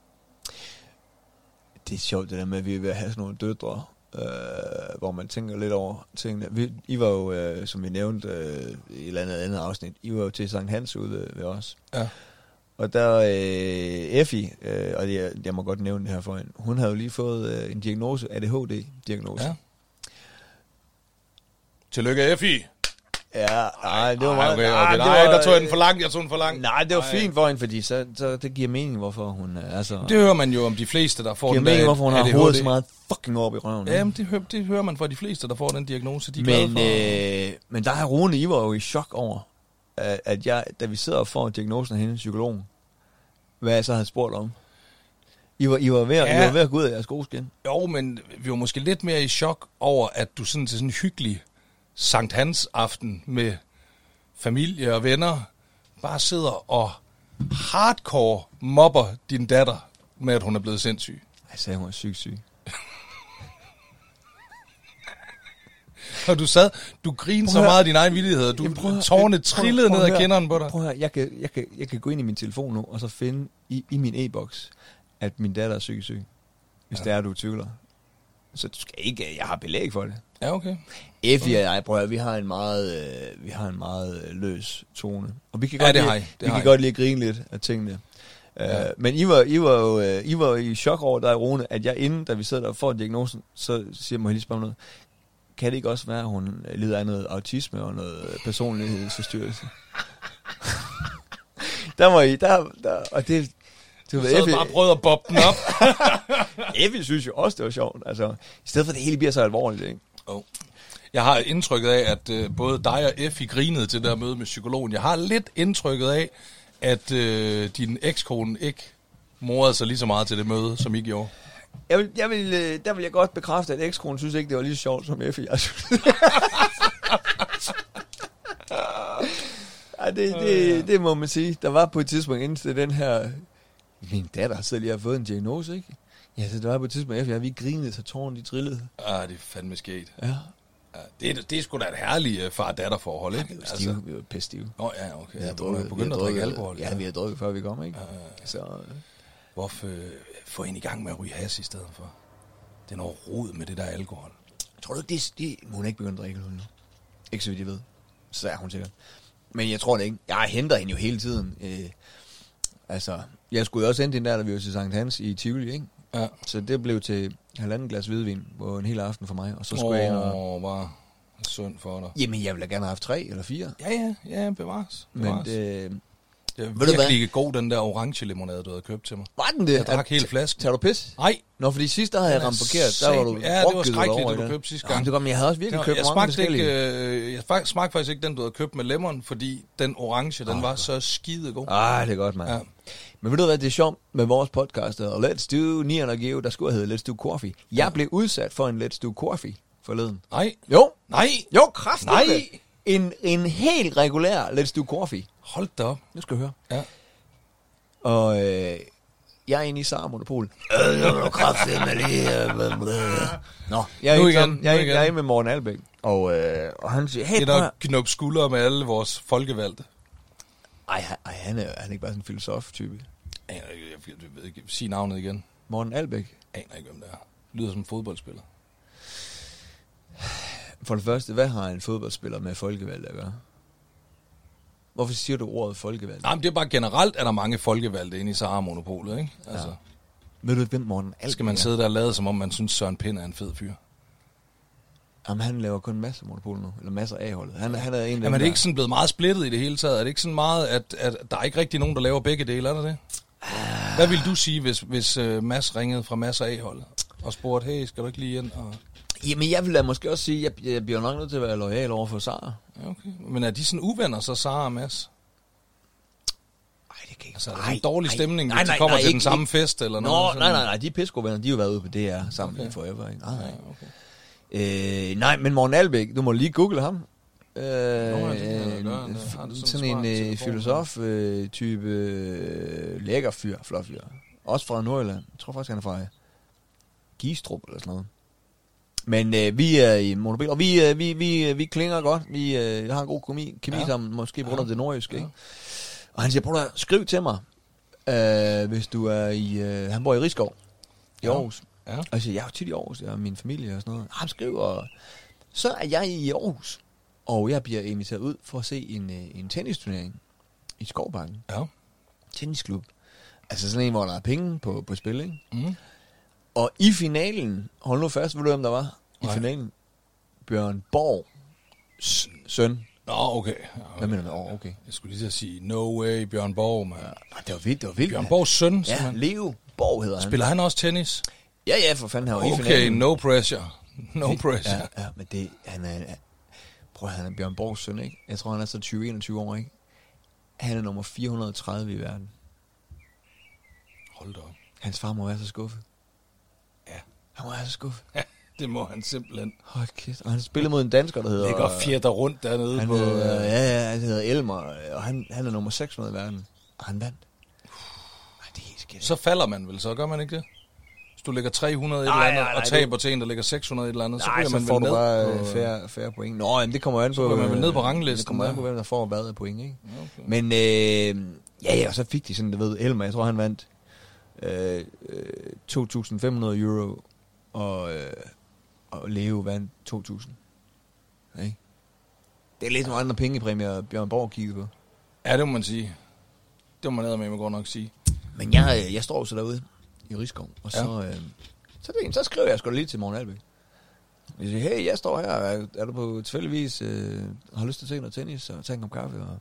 Det er sjovt, det der med, at vi er ved at have sådan nogle døtre, øh, hvor man tænker lidt over tingene. Vi, I var jo, øh, som vi nævnte øh, i et eller andet andet afsnit, I var jo til Sankt Hans ude ved, ved os. Ja. Og der øh, Effie, øh, og jeg, jeg må godt nævne det her for hende, hun havde jo lige fået øh, en diagnose, A D H D-diagnose. Ja. Tillykke, Effie. Ja, nej, det var Ej, meget... okay, nej, okay. det Nej, var- der tog jeg den for langt, jeg tog den for langt. Nej, det var Ej. fint for hende, fordi så, så det giver mening, hvorfor hun... øh, Altså, Det hører man jo om de fleste, der får giver den mening, der hvorfor hun A har D H D. hovedet så meget fucking op i røven. ikke? Jamen, det, hører, det hører man fra de fleste, der får den diagnose. De er glade Men, for. øh, men der er Rune, I var jo i chok over, at at jeg, da vi sidder og får diagnosen af hende, psykologen, hvad jeg så havde spurgt om. I var, I var, ved, ja. I Ja. var ved at gå ud af jeres gode skin. Jo, men vi var måske lidt mere i chok over, at du sådan til sådan en hyggelig Sankt Hans aften med familie og venner bare sidder og hardcore mobber din datter med, at hun er blevet sindssyg. Jeg sagde, hun var syg syg. Og du sad, du grinede så Prøv at høre. meget af din egen villighed, du Jamen, prøv at høre. tårne Prøv- trillede prøv ned at ad høre. kinderne på dig. Prøv at høre, jeg kan, jeg, kan, jeg kan gå ind i min telefon nu, og så finde i, i min e-boks, at min datter er psykisk syg. Hvis ja. det er, du tvivler. Så du skal ikke, jeg har belæg for det. Ja, okay. Effie og jeg, prøv at høre, vi har en meget, øh, vi har en meget øh, løs tone. Og vi kan Ja, godt, det lide, har I. Det vi har kan I. godt lide at grine lidt af tingene. Ja. Uh, men I var, I, var jo, uh, I var jo i chok over dig, Rune, at jeg inden, da vi sidder der og får diagnosen, så siger må jeg lige spørge om noget. Kan det ikke også være, at hun lider af noget autisme og noget personlighedsforstyrrelse? Der var I, der, der og det... Du sad bare og prøvede at bobbe den op. Effie synes jo også, det var sjovt. Altså, i stedet for, at det hele bliver så alvorligt, ikke? Oh. Jeg har indtrykket af, at øh, både dig og Effie grinede til det der møde med psykologen. Jeg har lidt indtrykket af, at øh, din ekskone ikke morede sig lige så meget til det møde, som I gjorde. Jeg vil, jeg vil, øh, der vil jeg godt bekræfte, at ekskonen synes ikke, det var lige så sjovt som Effie. Jeg synes. Ej, det, det, det må man sige. Der var på et tidspunkt inden til den her... Min datter sidder lige og har fået en diagnose, ikke? Ja, så der var på et tidspunkt, Effie, vi grinede, så tårnen de trillede. Ah, det er fandme sket. Ja. Ja, det, er, det er sgu da et herligt uh, far-datter-forhold, ikke? Vi var stive, vi var pisse stive. Nå ja, okay. Vi har Jeg drukket, vi begyndte har at drikke drukket- alkohol. Ja, vi har drukket, før vi kom, ikke? Ja, ja, ja. Så... øh, Hvorfor øh, få en i gang med at ryge has i stedet for? Det er noget rod med det der alkohol. Tror du ikke, det, det hun er ikke begyndt at drikke nu? Ikke så vidt jeg ved. Så er hun sikkert. Men jeg tror det ikke. Jeg henter hende jo hele tiden. Øh, altså, jeg skulle jo også hente hende der, da vi var til Sankt Hans i Tivoli, ikke? Ja. Så det blev til halvanden glas hvidvin på en hel aften for mig. Og så skulle jeg ind og... Åh, var synd for dig. Jamen, jeg ville da gerne have haft tre eller fire. Ja, ja, ja, bevares. Men bevares. det... Det er Ved du virkelig god, den der orange limonade, du havde købt til mig. Var den det? Jeg drak hele flasken. Tager du pis? Nej. Nå, fordi sidst der havde jeg Den er ramt forkert. Der var du sat- ja, det var brokket skrækkeligt, over det i du det. købte sidste Jamen, gang. det var, men jeg havde også virkelig Nå, købt jeg mange smagte forskellige. ikke, øh, jeg fak- smagte faktisk ikke den, du havde købt med lemon, fordi den orange, den Åh, var godt. så skide god. Ah, det er godt, mand. Ja. Men ved du hvad, det er sjovt med vores podcast, og Let's Do Nian og Geo, der skulle hedde Let's Do Coffee. Jeg Ja. blev udsat for en Let's Do Coffee forleden. Nej, Jo, nej, jo, kraft. Nej. En, en helt regulær Let's Do Coffee. hold da op. Nu skal du høre. Ja. Og øh, jeg er inde i Sara Monopol. Øh, jeg vil kraftedeme lige... øh, Nå, jeg er, Nu inde, igen, sammen, jeg, er, nu jeg igen. er inde med Morten Albæk. Og, øh, og han siger, hey, Det prøv er her. der knop skuldre med alle vores folkevalgte. Ej, han- ej han, er, han er ikke bare sådan en filosof-type. Aner ikke, jeg, jeg ved ikke, sig navnet igen. Morten Albæk. Aner ikke, hvem det er. Lyder som en fodboldspiller. For det første, hvad har en fodboldspiller med folkevalgte at gøre? Hvorfor siger du ordet folkevalgte? Nej, men det er bare generelt, at der er mange folkevalgte inde i Sahara-monopolet, ikke? Altså, Ja. Ved du, hvem Morten Albæk skal man er? sidde der og lade, som om man synes, Søren Pind er en fed fyr? Jamen, han laver kun masser af monopol nu. Eller masser af holdet. Han, han er en af dem, Jamen, er det der- ikke sådan blevet meget splittet i det hele taget? Er det ikke sådan meget, at, at der er ikke rigtig nogen, der laver begge dele, er der det? Hvad vil du sige, hvis, hvis uh, Mads ringede fra Mads A-holdet og spurgte, hey, skal du ikke lige ind? Og... Jamen, jeg vil da måske også sige, at jeg, jeg bliver nok nødt til at være loyal over for Sara. Ja, okay. Men er de sådan uvenner, så Sara og Mads? Nej, det kan ikke. Altså, er der en dårlig stemning, nej, hvis nej, de kommer nej, til ikke, den samme ikke. fest? Eller Nå, noget, nej, nej, nej, de er pissegode venner. De har jo været ude på D R sammen okay. i Forever, ikke? Nej, nej. Ja, okay. Øh, nej, men Morten Albæk, du må lige google ham. Øh, Nå, ja, det kan jeg gøre. øh, Har det sådan sådan en en øh, filosof-type, øh, lækker fyr, flot fyr. Også fra Nordjylland. Jeg tror faktisk, han er fra Gistrup eller sådan noget. Men øh, vi er i Monobil, og vi, øh, vi, vi, vi klinger godt. Vi øh, har en god kemi, kemi ja. sammen, måske på grund af ja. det nordjyske. Ja. Ikke? Og han siger, prøv at skriv til mig, øh, hvis du er i... Øh, han bor i Rigskov, i ja. Aarhus. Ja. Og jeg siger, jeg er jo tit i Aarhus, jeg har min familie og sådan noget. Han skriver, så er jeg i Aarhus, og jeg bliver inviteret ud for at se en, en tennisturnering i Skovbakken. Ja. Tennisklub. Altså sådan en, hvor der er penge på, på spil, ikke? Mm. Og i finalen, hold nu fast, ved du hvem der var? I Nej. finalen, Bjørn Borg søn. Nå, okay. Ja, okay. Hvad mener du? Oh, okay. Jeg skulle lige til at sige, no way, Bjørn Borg, man. Ja, det var vildt, det var vildt. Bjørn Borgs søn, ja, simpelthen. Leo Borg hedder han. Spiller han også tennis? Ja, ja, for fanden, han var okay, i finalen. no pressure. No pressure. Ja, ja, men det, han er, prøv at han er Bjørn Borgs søn, ikke? Jeg tror, han er så tyve til enogtyve år, ikke? Han er nummer fire hundrede og tredive i verden. Hold da op. Hans far må være så skuffet. Ja. Han må være så skuffet. Ja, det må han simpelthen. Hold kæft. Og han spiller mod en dansker, der hedder... Ligger og fjerter rundt dernede han på... Hedder, ja, ja, han hedder Elmer, og han, han er nummer seks hundrede i verden. Og han vandt. Ej, det er helt skidt. Så falder man vel, så gør man ikke det? Hvis du ligger tre hundrede et eller andet, og taber du... til en, der ligger seks hundrede et eller andet, så bliver man så får vel du ned bare på... færre, færre point. Nå, men det kommer an på... Så man vel ned på ranglisten. Det kommer an på, hvem der får hvad af point, ikke? Okay. Men, øh, ja, ja, og så fik de sådan, du ved, Elmer, jeg tror, han vandt øh, øh, to tusind fem hundrede euro, og, øh, og Leo vandt to tusind. Okay. Det er lidt nogle andre pengepræmier, Bjørn Borg kiggede på. Ja, det må man sige. Det må man ned med, man godt nok sige. Men jeg, jeg står så derude i Rigskov, og så, ja. øh, så, det, så skriver jeg sgu da lige til Morten Albæk. Jeg siger, hey, jeg står her, er, er du på tilfældigvis, øh, har lyst til at se noget tennis, og tage en kop kaffe, og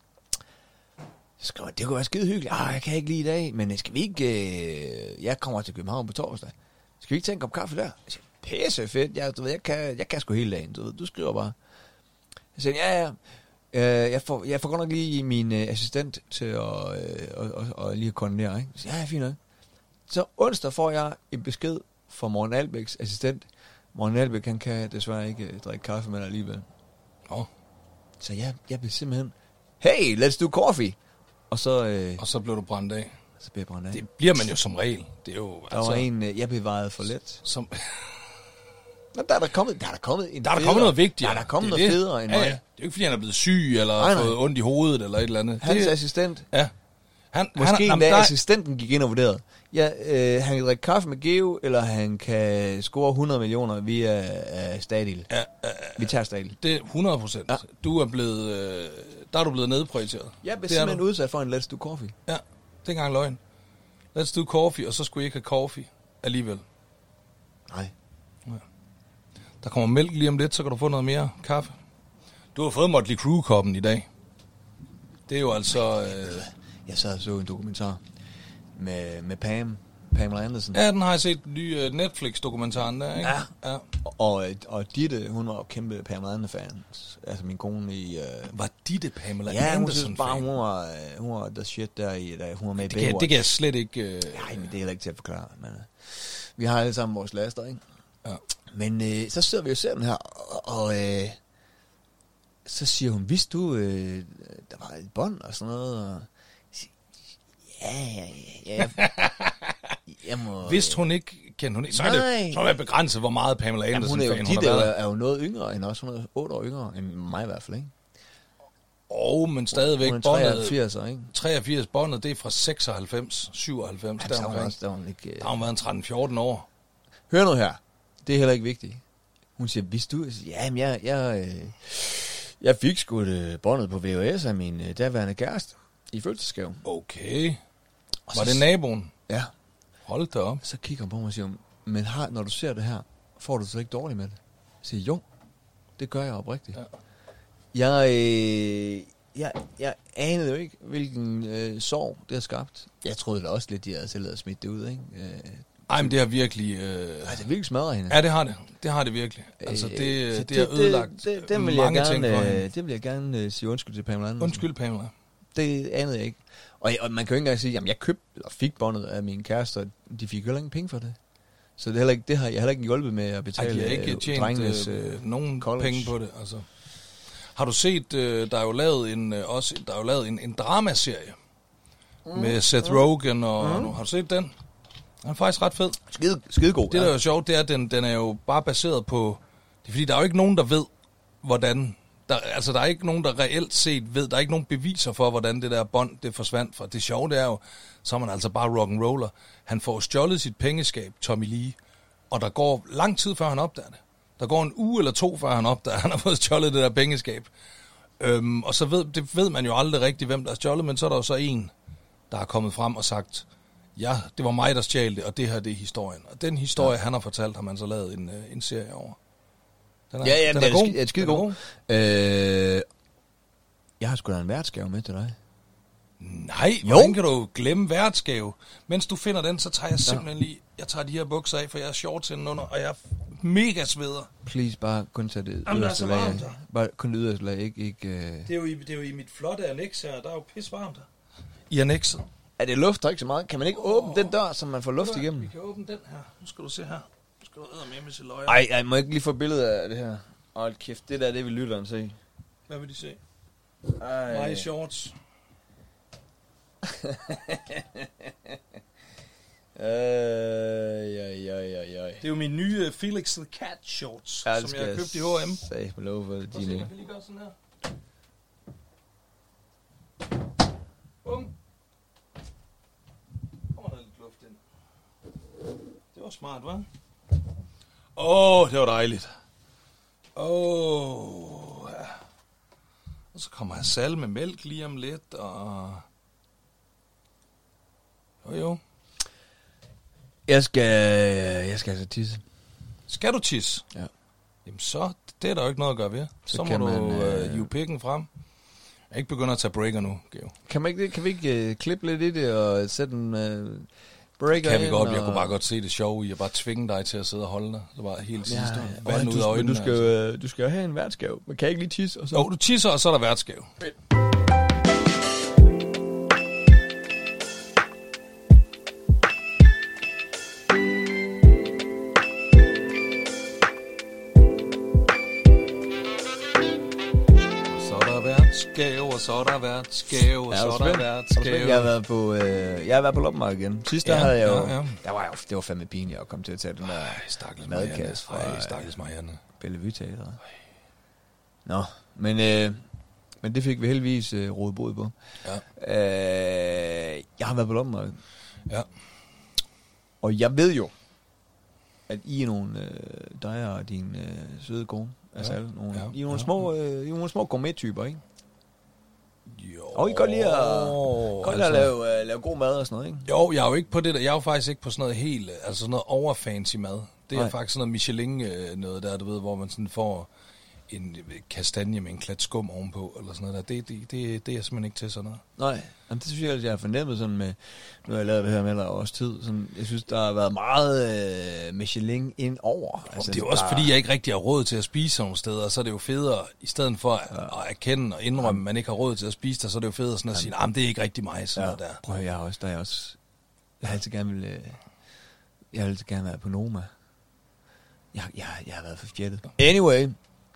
så skriver jeg, det kunne være skide hyggeligt. Ah, jeg kan ikke lige i dag, men skal vi ikke, øh, jeg kommer til København på torsdag, skal vi ikke tage en kop kaffe der? Jeg siger, pisse fedt, jeg, du ved, jeg, kan, jeg kan sgu hele dagen, du ved, du skriver bare. Jeg siger, ja, ja. Uh, jeg, får, jeg får godt nok lige min uh, assistent til at uh, og, og, og lige at koordinere, ikke? Så, ja, fint nok. Så onsdag får jeg en besked fra Morten Albæks assistent. Morten Albæk, han kan desværre ikke uh, drikke kaffe med dig alligevel. Oh. Så jeg, jeg blev simpelthen, hey, let's do coffee. Og så, uh, og så blev du brændt af. Så blev jeg brændt af. Det bliver man jo som regel. Det er jo, der altså, var en, uh, jeg bevarede for let. Som... Nå, der er der kommet, der er der kommet en der er der kommet noget vigtigere. Der er der kommet noget federe end mig. Ja, ja. Det er jo ikke, fordi han er blevet syg, eller nej, nej. fået ondt i hovedet, eller et eller andet. Hans det, assistent. Ja. Han, Måske han, endda der... assistenten gik ind og vurderede. Ja, øh, han kan drikke kaffe med Geo, eller han kan score hundrede millioner via øh, Stadil. Ja, øh, vi tager Stadil. Det er hundrede procent. Ja. Du er blevet, øh, der er du blevet nedprioriteret. Jeg blev simpelthen udsat for en let's do coffee. Ja, det er ikke engang løgn. Let's do coffee, og så skulle I ikke have coffee alligevel. Nej. Ja. Der kommer mælk lige om lidt, så kan du få noget mere kaffe. Du har fået Motley Crue-koppen i dag. Det er jo altså... Øh... Jeg sad og så en dokumentar med, med Pam, Pamela Anderson. Ja, den har jeg set, nye Netflix-dokumentaren der, ikke? Ja. ja. Og, og Ditte, hun var jo kæmpe Pamela Anderson-fan. Altså min kone i... Uh... Var Ditte Pamela ja, Anderson-fan? Ja, hun synes bare, hun var, hun var the shit der i, da hun var med i det kan, det kan jeg slet ikke... Øh... Nej, men det er heller ikke til at forklare. Men, uh... vi har alle sammen vores laster, ikke? Ja. Men øh, så sidder vi og ser den her, og, og øh, så siger hun, vidste du, øh, der var et bånd og sådan noget, og ja, ja, ja, ja. Jeg må, vidste hun ikke, kendte hun ikke, så er nej. det, så er det begrænset, hvor meget Pamela Anderson fan hun, hun, hun har været. Er, er jo noget yngre end os, hun er otte år yngre end mig i hvert fald, ikke? Åh, oh, men stadigvæk hun er treogfirs, ikke? treogfirs båndet, det er fra seksoghalvfems, syvoghalvms, ja, der omkring. Der har hun ikke... Der har hun været en tretten fjorten år. Hør nu her. Det er heller ikke vigtigt. Hun siger, hvis du... Ja, men jeg, jeg, øh, jeg fik sgu et båndet på V H S af min øh, daværende kæreste i fødselsdagsgave. Okay. Og var så, det naboen? Ja. Hold da op. Så kigger hun på mig og siger, men har, når du ser det her, får du så ikke dårligt med det? Jeg siger, jo, det gør jeg oprigtigt. Ja. Jeg, øh, jeg, jeg anede jo ikke, hvilken øh, sorg det har skabt. Jeg troede da også lidt, de havde selv havde smidt det ud, ikke? Øh, Ej, men det har virkelig... Øh... Ej, det er virkelig smadret hende. Ja, det har det. Det har det virkelig. Altså, det, Øh, det, det har ødelagt det, det, det vil mange jeg ting gerne, for øh, hende. det vil jeg gerne øh, sige undskyld til Pamela Andersen. Undskyld, Pamela. Det anede jeg ikke. Og, og man kan jo ikke engang sige, jamen jeg købte, eller fik båndet af min kæreste, og de fik jo heller ingen penge for det. Så det, er heller ikke, det har jeg heller ikke hjulpet med at betale. Ej, de har ikke øh, tjent drengenes, øh, øh, nogen college. penge på det. Altså. Har du set, øh, der er jo lavet en, øh, også, der er jo lavet en, en dramaserie mm. med Seth mm. Rogen, og mm. har du set den? Den er faktisk ret fed. Skide, skide god. Det, der er jo sjovt, det er, at den, den er jo bare baseret på... Det er fordi, der er jo ikke nogen, der ved, hvordan... Der, altså, der er ikke nogen, der reelt set ved... Der er ikke nogen beviser for, hvordan det der bånd, det forsvandt fra. Det sjove, det er jo, så er man altså bare rock'n'roller. Han får stjålet sit pengeskab, Tommy Lee, og der går lang tid, før han opdager det. Der går en uge eller to, før han opdager, at han har fået stjålet det der pengeskab. Øhm, og så ved, det ved man jo aldrig rigtigt, hvem der har stjålet, men så er der jo så en, der er kommet frem og sagt... Ja, det var mig, der stjal det, og det her, det er historien. Og den historie, ja. han har fortalt, har man så lavet en, en serie over. Den er, Ja, ja, den det er, er, god. skide, er skide god. Øh, jeg har sgu da en værtsgave med til dig. Nej, hvordan kan du glemme værtsgave? Mens du finder den, så tager jeg simpelthen lige... Jeg tager de her bukser af, for jeg er shorts indenunder, og jeg er mega sveder. Please, bare kun tage det Jamen, yderste der er så lag. varmt her. Bare kun det yderste lag, ikke... ikke uh... Det er, jo i, det er jo i mit flotte annex her, der er jo pis varmt her. I annexet. Er det luft, der ikke så meget? Kan man ikke oh. åbne den dør, så man får luft igennem? Vi kan åbne den her. Nu skal du se her. Nu skal du æde med med til løjer. Ej, jeg må ikke lige få et billede af det her. Hold kæft, det der, det vil lytteren se. Hvad vil de se? Ej. Mig i shorts. Ej, ej, ej, ej, ej. Det er jo min nye Felix the Cat shorts, Ja, som jeg har købt i H og M. Sag med lov for det, Prøv at se, dine. jeg kan lige gøre sådan her. Bum. Kommer der lidt luft ind. Det var smart, hva'? Åh, oh, det var dejligt. Åh, oh, ja. Og så kommer jeg salt med mælk lige om lidt, og... Jo, jo. Jeg skal, jeg skal altså tisse. Skal du tisse? Ja. Jamen så, det er der jo ikke noget at gøre ved. Så, Så så må kan du man, øh, øh, hive pikken frem. Jeg er ikke begyndt at tage breaker nu, Geo. Kan, man ikke, kan vi ikke uh, klippe lidt i det og sætte en uh, breaker Kan vi ind, godt, og... jeg kunne bare godt se det sjove i at bare tvinge dig til at sidde og holde dig. Så bare helt sidste Ja, ja, ja. vand Og ud af du, øjnene. du, skal, altså. øh, du skal jo have en værtsgave. Man kan ikke lige tisse og så... Jo, du tisser, og så er der værtsgave. Så er der værtsgave, og så er der værtsgave, og Ja, så er det der var spændende. værtsgave. Jeg har været på, øh, jeg har været på loppemarked igen. Sidst der Ja, havde jeg jo... ja, ja. Der var jo, det var fandme pinligt at komme til at tage den der Ej, stakkels Marianne. madkasse fra Ej, stakkels Marianne. Bellevue Teatret. Nå, men, øh, men det fik vi heldigvis øh, rodet bod på. Ja. Øh, jeg har været på loppemarked. Ja. Og jeg ved jo, at I er nogle, øh, dig og din øh, søde kone, altså Ja, alle, nogle, ja, I er nogle ja. små, øh, I er nogle små gourmet-typer, ikke? Jo. Og I kan godt lide at, godt lide at altså- lave, øh, lave god mad og sådan noget, ikke? Jo, jeg er jo ikke på det der. Jeg er jo faktisk ikke på sådan noget helt, altså sådan noget overfancy mad. Det er Nej. faktisk sådan noget Michelin øh, noget der, du ved, hvor man sådan får en øh, kastanje med en klat skum ovenpå, eller sådan noget der. Det, det, det, det er jeg simpelthen ikke til sådan noget. Nej, jamen, det synes jeg, at jeg har fornemmet sådan med, nu har jeg lavet det her med dig også tid, sådan, jeg synes, der har været meget øh, Michelin ind over. Altså, det er jo også der, fordi, jeg ikke rigtig har råd til at spise sådan nogle steder, og så er det jo federe, i stedet for at, ja. at erkende og indrømme, at man ikke har råd til at spise der, så er det jo federe sådan at sige, nah, det er ikke rigtig mig, sådan Ja, noget der. prøv at høre, jeg har også, der er jeg også, jeg har altid gerne vil, øh, jeg har altid gerne været på Noma. Jeg, jeg, jeg har været for fjettet. Anyway.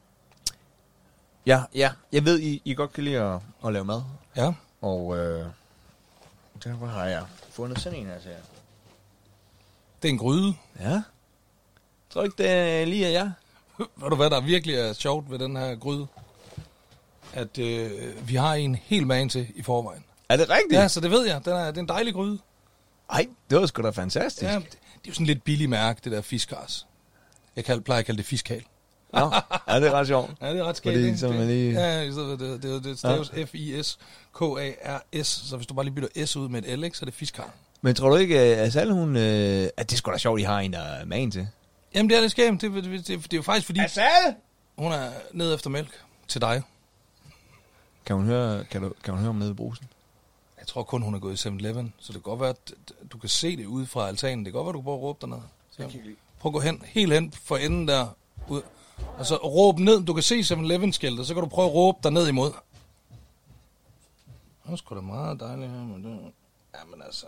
Ja, ja, jeg ved, I, I godt kan lide at, at lave mad. Ja. Og øh, derfor har jeg fundet sådan en her til jer. Det er en gryde. Ja. Tror ikke, det er lige af jer? Ved du hvad, der virkelig er sjovt ved den her gryde? At øh, vi har en hel man til i forvejen. Er det rigtigt? Ja, så det ved jeg. Den er, det er en dejlig gryde. Ej, det var sgu da fantastisk. Ja, det, det er jo sådan lidt billig mærke, det der fiskars. Jeg kan, plejer at kalde det fiskal. Nå, ja, det er ret sjovt. Ja, det er ret skægt, Fordi ikke? så man Det- lige- Ja, så det, det, det staves ja. F I S K A R S, så hvis du bare lige bytter S ud med et L, ikke, så er det fiskal. Men tror du ikke, at Sal, hun... Øh, at det er sgu da sjovt, I har en, der er magen til? Jamen, det er det skæmt. Det, det, det, det er jo faktisk fordi, Sal? hun er nede efter mælk til dig. Kan hun høre, kan du, kan hun høre om nede i brusen? Jeg tror kun, hun er gået i seven eleven, så det kan godt være, at du kan se det ude fra altanen. Det kan godt være, du kan prøve at råbe dernede. Prøv at gå hen, helt hen for enden der, ud. Og så råb ned. Du kan se seven eleven-skiltet, så kan du prøve at råbe derned imod. Det er sgu da meget dejligt her, men det... Jamen altså...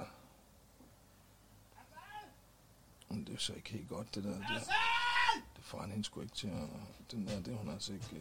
Det er så ikke helt godt, det der. Det, det får han hende sgu ikke til at... Den der, det er hun altså ikke... Øh...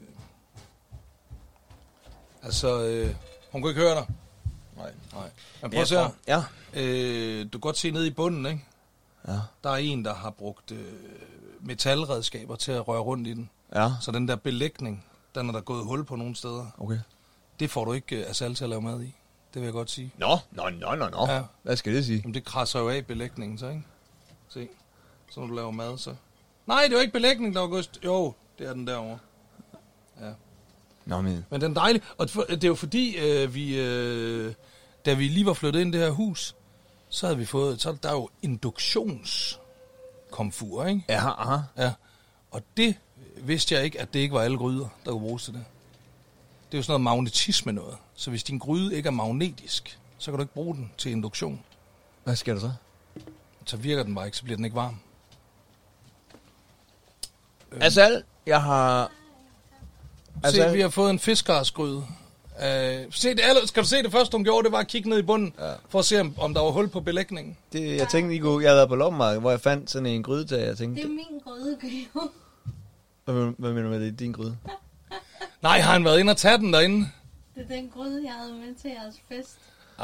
Altså, øh... hun kunne ikke høre dig. Nej, nej. Men prøv at se her. Ja. Øh, du kan godt se nede i bunden, ikke? Ja. Der er en, der har brugt øh, metalredskaber til at røre rundt i den. Ja. Så den der belægning, den er der gået hul på nogle steder. Okay. Det får du ikke uh, Asal til at lave mad i. Det vil jeg godt sige. Nå, nå, nå, nå, nå. Ja. Hvad skal det sige? Jamen, det krasser jo af belægningen, så ikke? Se. Så når du laver mad, så... Nej, det er jo ikke belægning, der var gået... Jo, det er den derovre. Ja. Nå, men... Men den er dejlig. Og det er jo fordi, øh, vi... Øh, da vi lige var flyttet ind i det her hus, så havde vi fået... Så der er jo induktionskomfur, ikke? Ja, aha. Ja. Og det vidste jeg ikke, at det ikke var alle gryder, der kunne bruges til det. Det er jo sådan noget magnetisme noget. Så hvis din gryde ikke er magnetisk, så kan du ikke bruge den til induktion. Hvad sker der så? Så virker den bare ikke, så bliver den ikke varm. Øhm. Altså, jeg har... Altså, se, vi har fået en fiskarsgryde. Uh, se det, eller, skal du se det første, hun gjorde, det var at kigge ned i bunden, ja. For at se, om, om der var hul på belægningen. Det, jeg tænkte, I kunne, jeg havde været på loppemarkedet, hvor jeg fandt sådan en gryde til, jeg tænkte... Det er min gryde, Geo. Hvad, hvad mener du med, det er din gryde? Nej, har han været inde og tage den derinde? Det er den gryde, jeg havde med til jeres fest.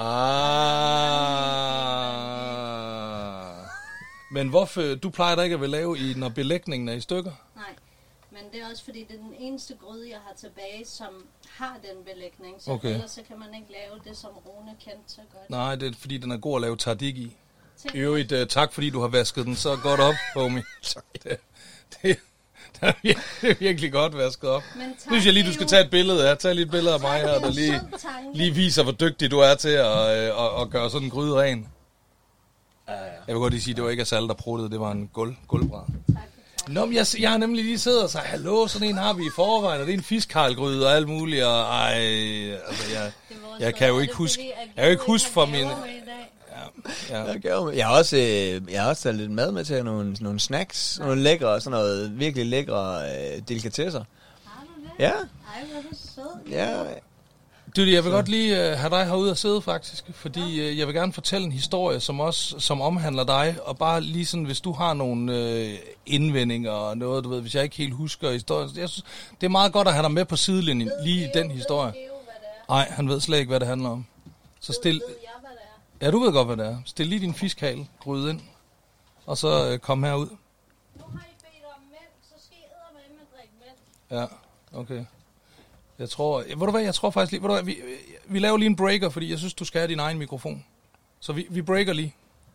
Ah. Men hvorfor, du plejer da ikke at vil lave i, når belægningen er i stykker? Nej, men det er også fordi, det er den eneste gryde, jeg har tilbage, som har den belægning. Så okay. Ellers så kan man ikke lave det, som Rune kendte så godt. Nej, det er fordi, den er god at lave tardik i. I øvrigt, uh, tak fordi du har vasket den så godt op, homie. Det, det, det, er virkelig, det er virkelig godt vasket op. Nu synes jeg lige, du skal tage et billede af. Tag lige et billede af mig her, der lige, lige viser, hvor dygtig du er til at, uh, at, at gøre sådan en gryde ren. Jeg vil godt lige sige, at det var ikke Asal, der pruttede, det var en gulv, gulvbræd. Nå, men jeg, jeg har nemlig lige siddet og sagt, hallo, sådan en har vi i forvejen, og det er en fiskkarlgryde og alt muligt, og ej, altså, jeg, jeg kan jo ikke huske, jeg kan jo ikke huske fra mine... Ja, ja. Jeg har også, øh, jeg har også taget lidt mad med til nogle, nogle snacks, nogle lækre, sådan noget virkelig lækre øh, delikatesser. Har du det? Ja. Ej, hvor er du sød. Ja. Du, jeg vil så. godt lige uh, have dig herude og sidde faktisk, fordi uh, jeg vil gerne fortælle en historie, som også som omhandler dig, og bare lige sådan, hvis du har nogle uh, indvendinger og noget, du ved, hvis jeg ikke helt husker historien. Jeg synes, det er meget godt at have dig med på sidelinjen, lige i den historie. Nej, han ved slet ikke, hvad det handler om. Så stil... Ja, du ved godt, hvad det er. Stil lige din fiskhale, gryde ind, og så uh, kom herud. Nu har I bedt om mælk, så skal I eddermame drikke mælk. Ja, okay. Jeg tror, ved du hvad, jeg tror faktisk lige, ved du hvad, vi, vi laver lige en breaker, fordi jeg synes, du skal have din egen mikrofon. Så vi, vi breaker lige.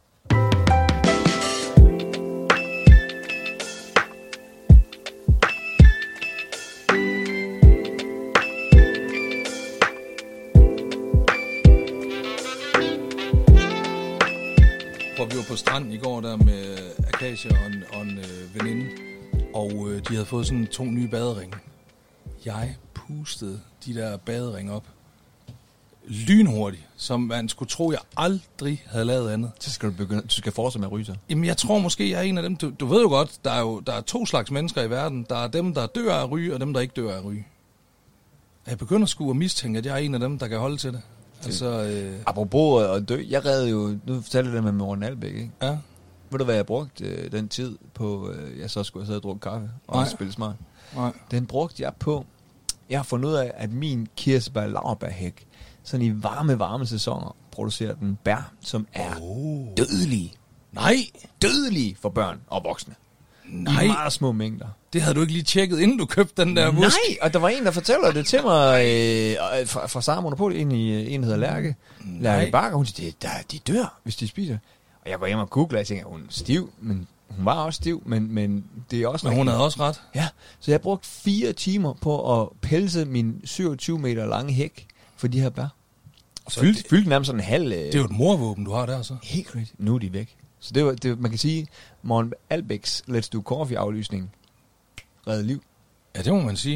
Hvor vi var på stranden i går der med Akasia og en, og en øh, veninde, og øh, de havde fået sådan to nye baderinge. Jeg pustede de der baderinge op lynhurtigt, som man skulle tro, jeg aldrig havde lavet andet. Så skal du begynde, du skal fortsætte med at ryge så. Jamen, jeg tror måske, jeg er en af dem. Du, du ved jo godt, der er jo der er to slags mennesker i verden. Der er dem, der dør af at ryge, og dem, der ikke dør af at ryge. Jeg begynder sgu at mistænke, at jeg er en af dem, der kan holde til det. Altså, øh... Apropos at dø, jeg redde jo, nu fortalte jeg det med Morten Albæk, ikke? Ja. Ved du, hvad jeg brugte øh, den tid på, øh, jeg så skulle have siddet og drukket kaffe og Nej. spille smart? Nej. Den brugte jeg på, jeg har fundet ud af, at min kirsebær-laurbærhæk, sådan i varme, varme sæsoner, producerer den bær, som er oh. dødelige. Nej! Dødelige for børn og voksne. Nej. I meget små mængder. Det havde du ikke lige tjekket, inden du købte den der busk. Nej, og der var en, der fortæller det til mig øh, fra, fra Sara Monopol, en, i, en hedder Lærke. Lærke Bakker, hun siger, de, de dør, hvis de spiser. Og jeg går hjem og googler, og jeg tænker, hun er stiv, men hun var også stiv, men, men det er også... Men hun havde også ret. Ja, så jeg brugte fire timer på at pelse min syvogtyve meter lange hæk for de her bær. Og fyldte, fyldte nærmest sådan en halv... Øh, det er jo et morvåben, du har der så. Helt crazy. Nu er de væk. Så det var, det, man kan sige, Morten Albæks Let's Do Coffee aflysning redde liv. Ja, det må man sige.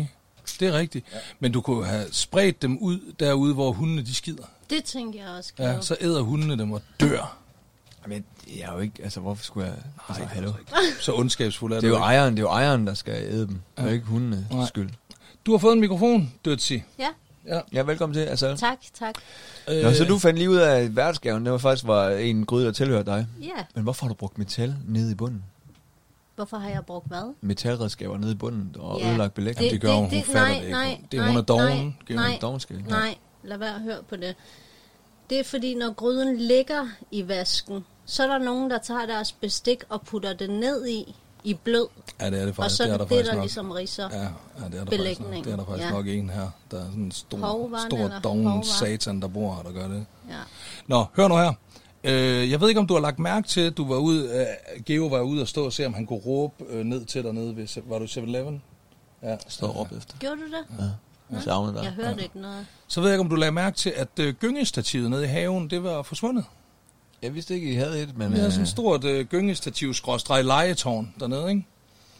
Det er rigtigt. Ja. Men du kunne have spredt dem ud derude, hvor hundene de skider. Det tænker jeg også. Ja, så æder hundene dem og dør. Men jeg er jo ikke, altså hvorfor skulle jeg... Altså, Nej, hallo. Så ondskabsfuld er Det er jo ikke. ejeren, det er jo ejeren, der skal æde dem. Ja. Det er ikke hundene skyld. Du har fået en mikrofon, Dødsi. Ja. Ja. Ja, velkommen til, altså. Tak, tak. Øh, Nå, så du fandt lige ud af, at værtsgaven, det var faktisk var en gryde, der tilhører dig. Ja. Men hvorfor har du brugt metal nede i bunden? Hvorfor har jeg brugt hvad? Metalredskaber nede i bunden og Ja. ødelagt belæg. Det, det gør hun, hun fatter nej, det ikke. nej, det er nej, hun er doven. nej, Giver nej. hun Dovenskab. Nej, lad være at høre på det. Det er fordi, når gryden ligger i vasken, så er der nogen, der tager deres bestik og putter det ned i, i blød. Ja, det er det Og faktisk. så er det er det, der det faktisk der nok. ligesom riser. Ja, ja, det er der faktisk nok. belægning. Det er der faktisk Ja. nok en her. Der er sådan en stor, Hovvand stor eller doven hovvand. satan, der bor her, der gør det. Ja. Nå, hør nu her. Øh, jeg ved ikke, om du har lagt mærke til, at du var ude, øh, Geo var ude og stå og se, om han kunne råbe øh, ned til dig nede ved, var du syv eleven? Ja. Står op efter. Gjorde du det? Ja. Jeg savner dig. Jeg hørte ikke noget. Så ved jeg ikke, om du lagde mærke til, at øh, gyngestativet nede i haven, det var forsvundet. Jeg vidste ikke, I havde et, men... Vi havde sådan et stort øh, gyngestativ skråstreg legetårn dernede, ikke?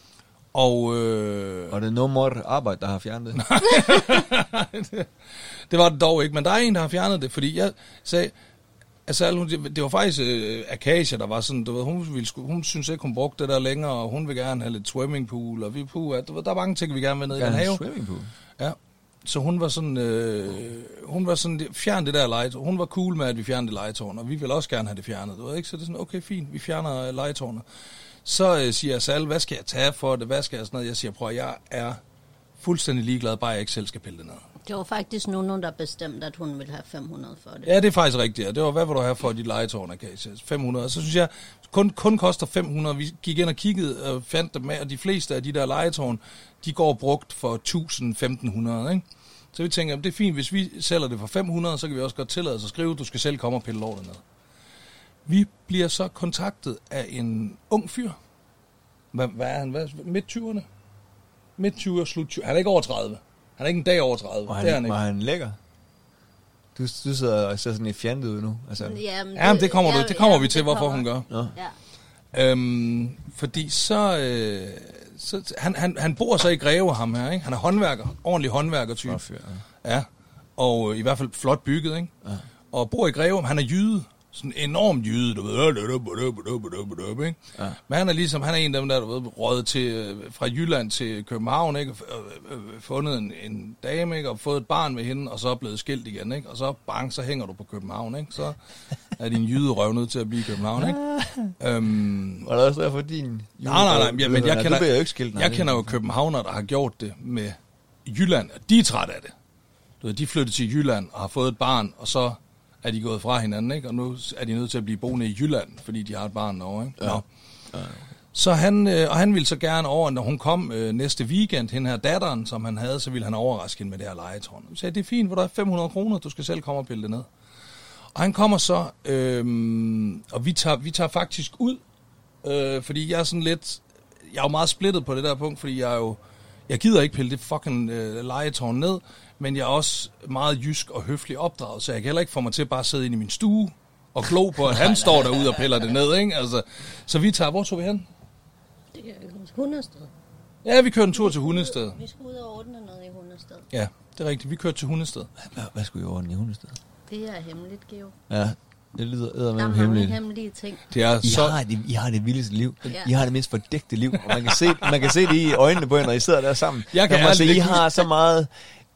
Og, øh, Og det er no more arbejde, der har fjernet det. det, det var det dog ikke, men der er en, der har fjernet det, fordi jeg sagde, altså hun, det, det var faktisk øh, Akasia, der var sådan, du ved, hun, ville, sku- hun synes ikke, hun brugte det der længere, og hun vil gerne have lidt swimmingpool, og vi puh, at, der er mange ting, vi gerne vil ned i den have. Swimmingpool. Ja, så hun var sådan, øh, hun var sådan, fjern det der legetårn. Hun var cool med, at vi fjernede legetårn, og vi vil også gerne have det fjernet, du ved ikke? Så det er sådan, okay, fint, vi fjerner legetårnet. Så øh, siger jeg, Sal, hvad skal jeg tage for det, hvad skal jeg sådan noget? Jeg siger, prøv, jeg er fuldstændig ligeglad, bare jeg ikke selv skal pille det ned. Det var faktisk nogen, der bestemte, at hun ville have fem hundrede for det. Ja, det er faktisk rigtigt. Ja. Det var, hvad vil du have for dit legetårn, Akasia? fem hundrede. Og så synes jeg, kun, kun koster fem hundrede. Vi gik ind og kiggede og fandt dem med, og de fleste af de der legetårn, de går brugt for tusind til femten hundrede, ikke? Så vi tænker, det er fint, hvis vi sælger det for fem hundrede, så kan vi også godt tillade os at skrive, du skal selv komme og pille lortet ned. Vi bliver så kontaktet af en ung fyr. Hvad, hvad er han? Hvad, midt tyverne? Midt tyverne, slut tyverne. Han er ikke over tredive. Han er ikke en dag over tredive. Var Det er han han, ikke. var han lækker? Du, du sidder og ser sådan lidt fjantet ud nu. Altså, Jamen, Ja, men det kommer, ja, du, det kommer ja, vi til, det hvorfor kommer. hun gør. Nå. Ja. Øhm, fordi så, øh, så han, han, han bor så i Greve, ham her, ikke? Han er håndværker, ordentlig håndværker-type. Flot fyr, ja. Ja, og øh, i hvert fald flot bygget, ikke? Ja. Og bor i Greve, han er jyde. Sådan enormt jyde, du ved. Ikke? Ja. Men han er ligesom, han er en af dem der, du ved, røget til, øh, fra Jylland til København, ikke? Og øh, øh, fundet en, en dame, ikke? Og fået et barn med hende, og så er blevet skilt igen, ikke? Og så bang, så hænger du på København, ikke? Så er din jyde røv nødt til at blive i København, ikke? øhm, Var det også derfor din... nej, nej, nej, ja, men jeg kender, Du bliver jo ikke skilt. jeg kender jo københavner, der har gjort det med Jylland, og de er trætte af det. Du ved, de flyttede til Jylland og har fået et barn, og så er de gået fra hinanden, ikke? Og nu er de nødt til at blive boende i Jylland, fordi de har et barn derovre, ikke? Ja. Ja. Så han, øh, og han ville så gerne over, når hun kom øh, næste weekend, hende her datteren, som han havde, så ville han overraske hende med det her legetårn. Så sagde, det er fint, hvor der er fem hundrede kroner, du skal selv komme og pille det ned. Og han kommer så, øh, og vi tager, vi tager faktisk ud, øh, fordi jeg er sådan lidt, jeg er jo meget splittet på det der punkt, fordi jeg er jo, jeg gider ikke pille det fucking øh, legetårn ned, men jeg er også meget jysk og høflig opdraget, så jeg kan heller ikke få mig til at bare sidde inde i min stue og glo på, at han står derude og piller det ned, ikke? Altså, så vi tager, hvor tog vi hen? Det kan jeg ikke huske. Hundested. Ja, vi kørte en tur til Hundested. Vi skulle ud og ordne noget i Hundested. Ja, det er rigtigt, vi kørte til Hundested. Hvad, hvad skulle I ordne i Hundested? Det er hemmeligt, Geo. Ja, det lyder Der er eddermame mange hemmeligt. hemmelige ting. Det er I, så... har det, I har det vildeste liv. Ja. I har det mindst fordækte liv. Og man kan se, man kan se det i øjnene på jer, når I sidder der sammen. Jeg kan Man må ærligt se, I ikke har så meget...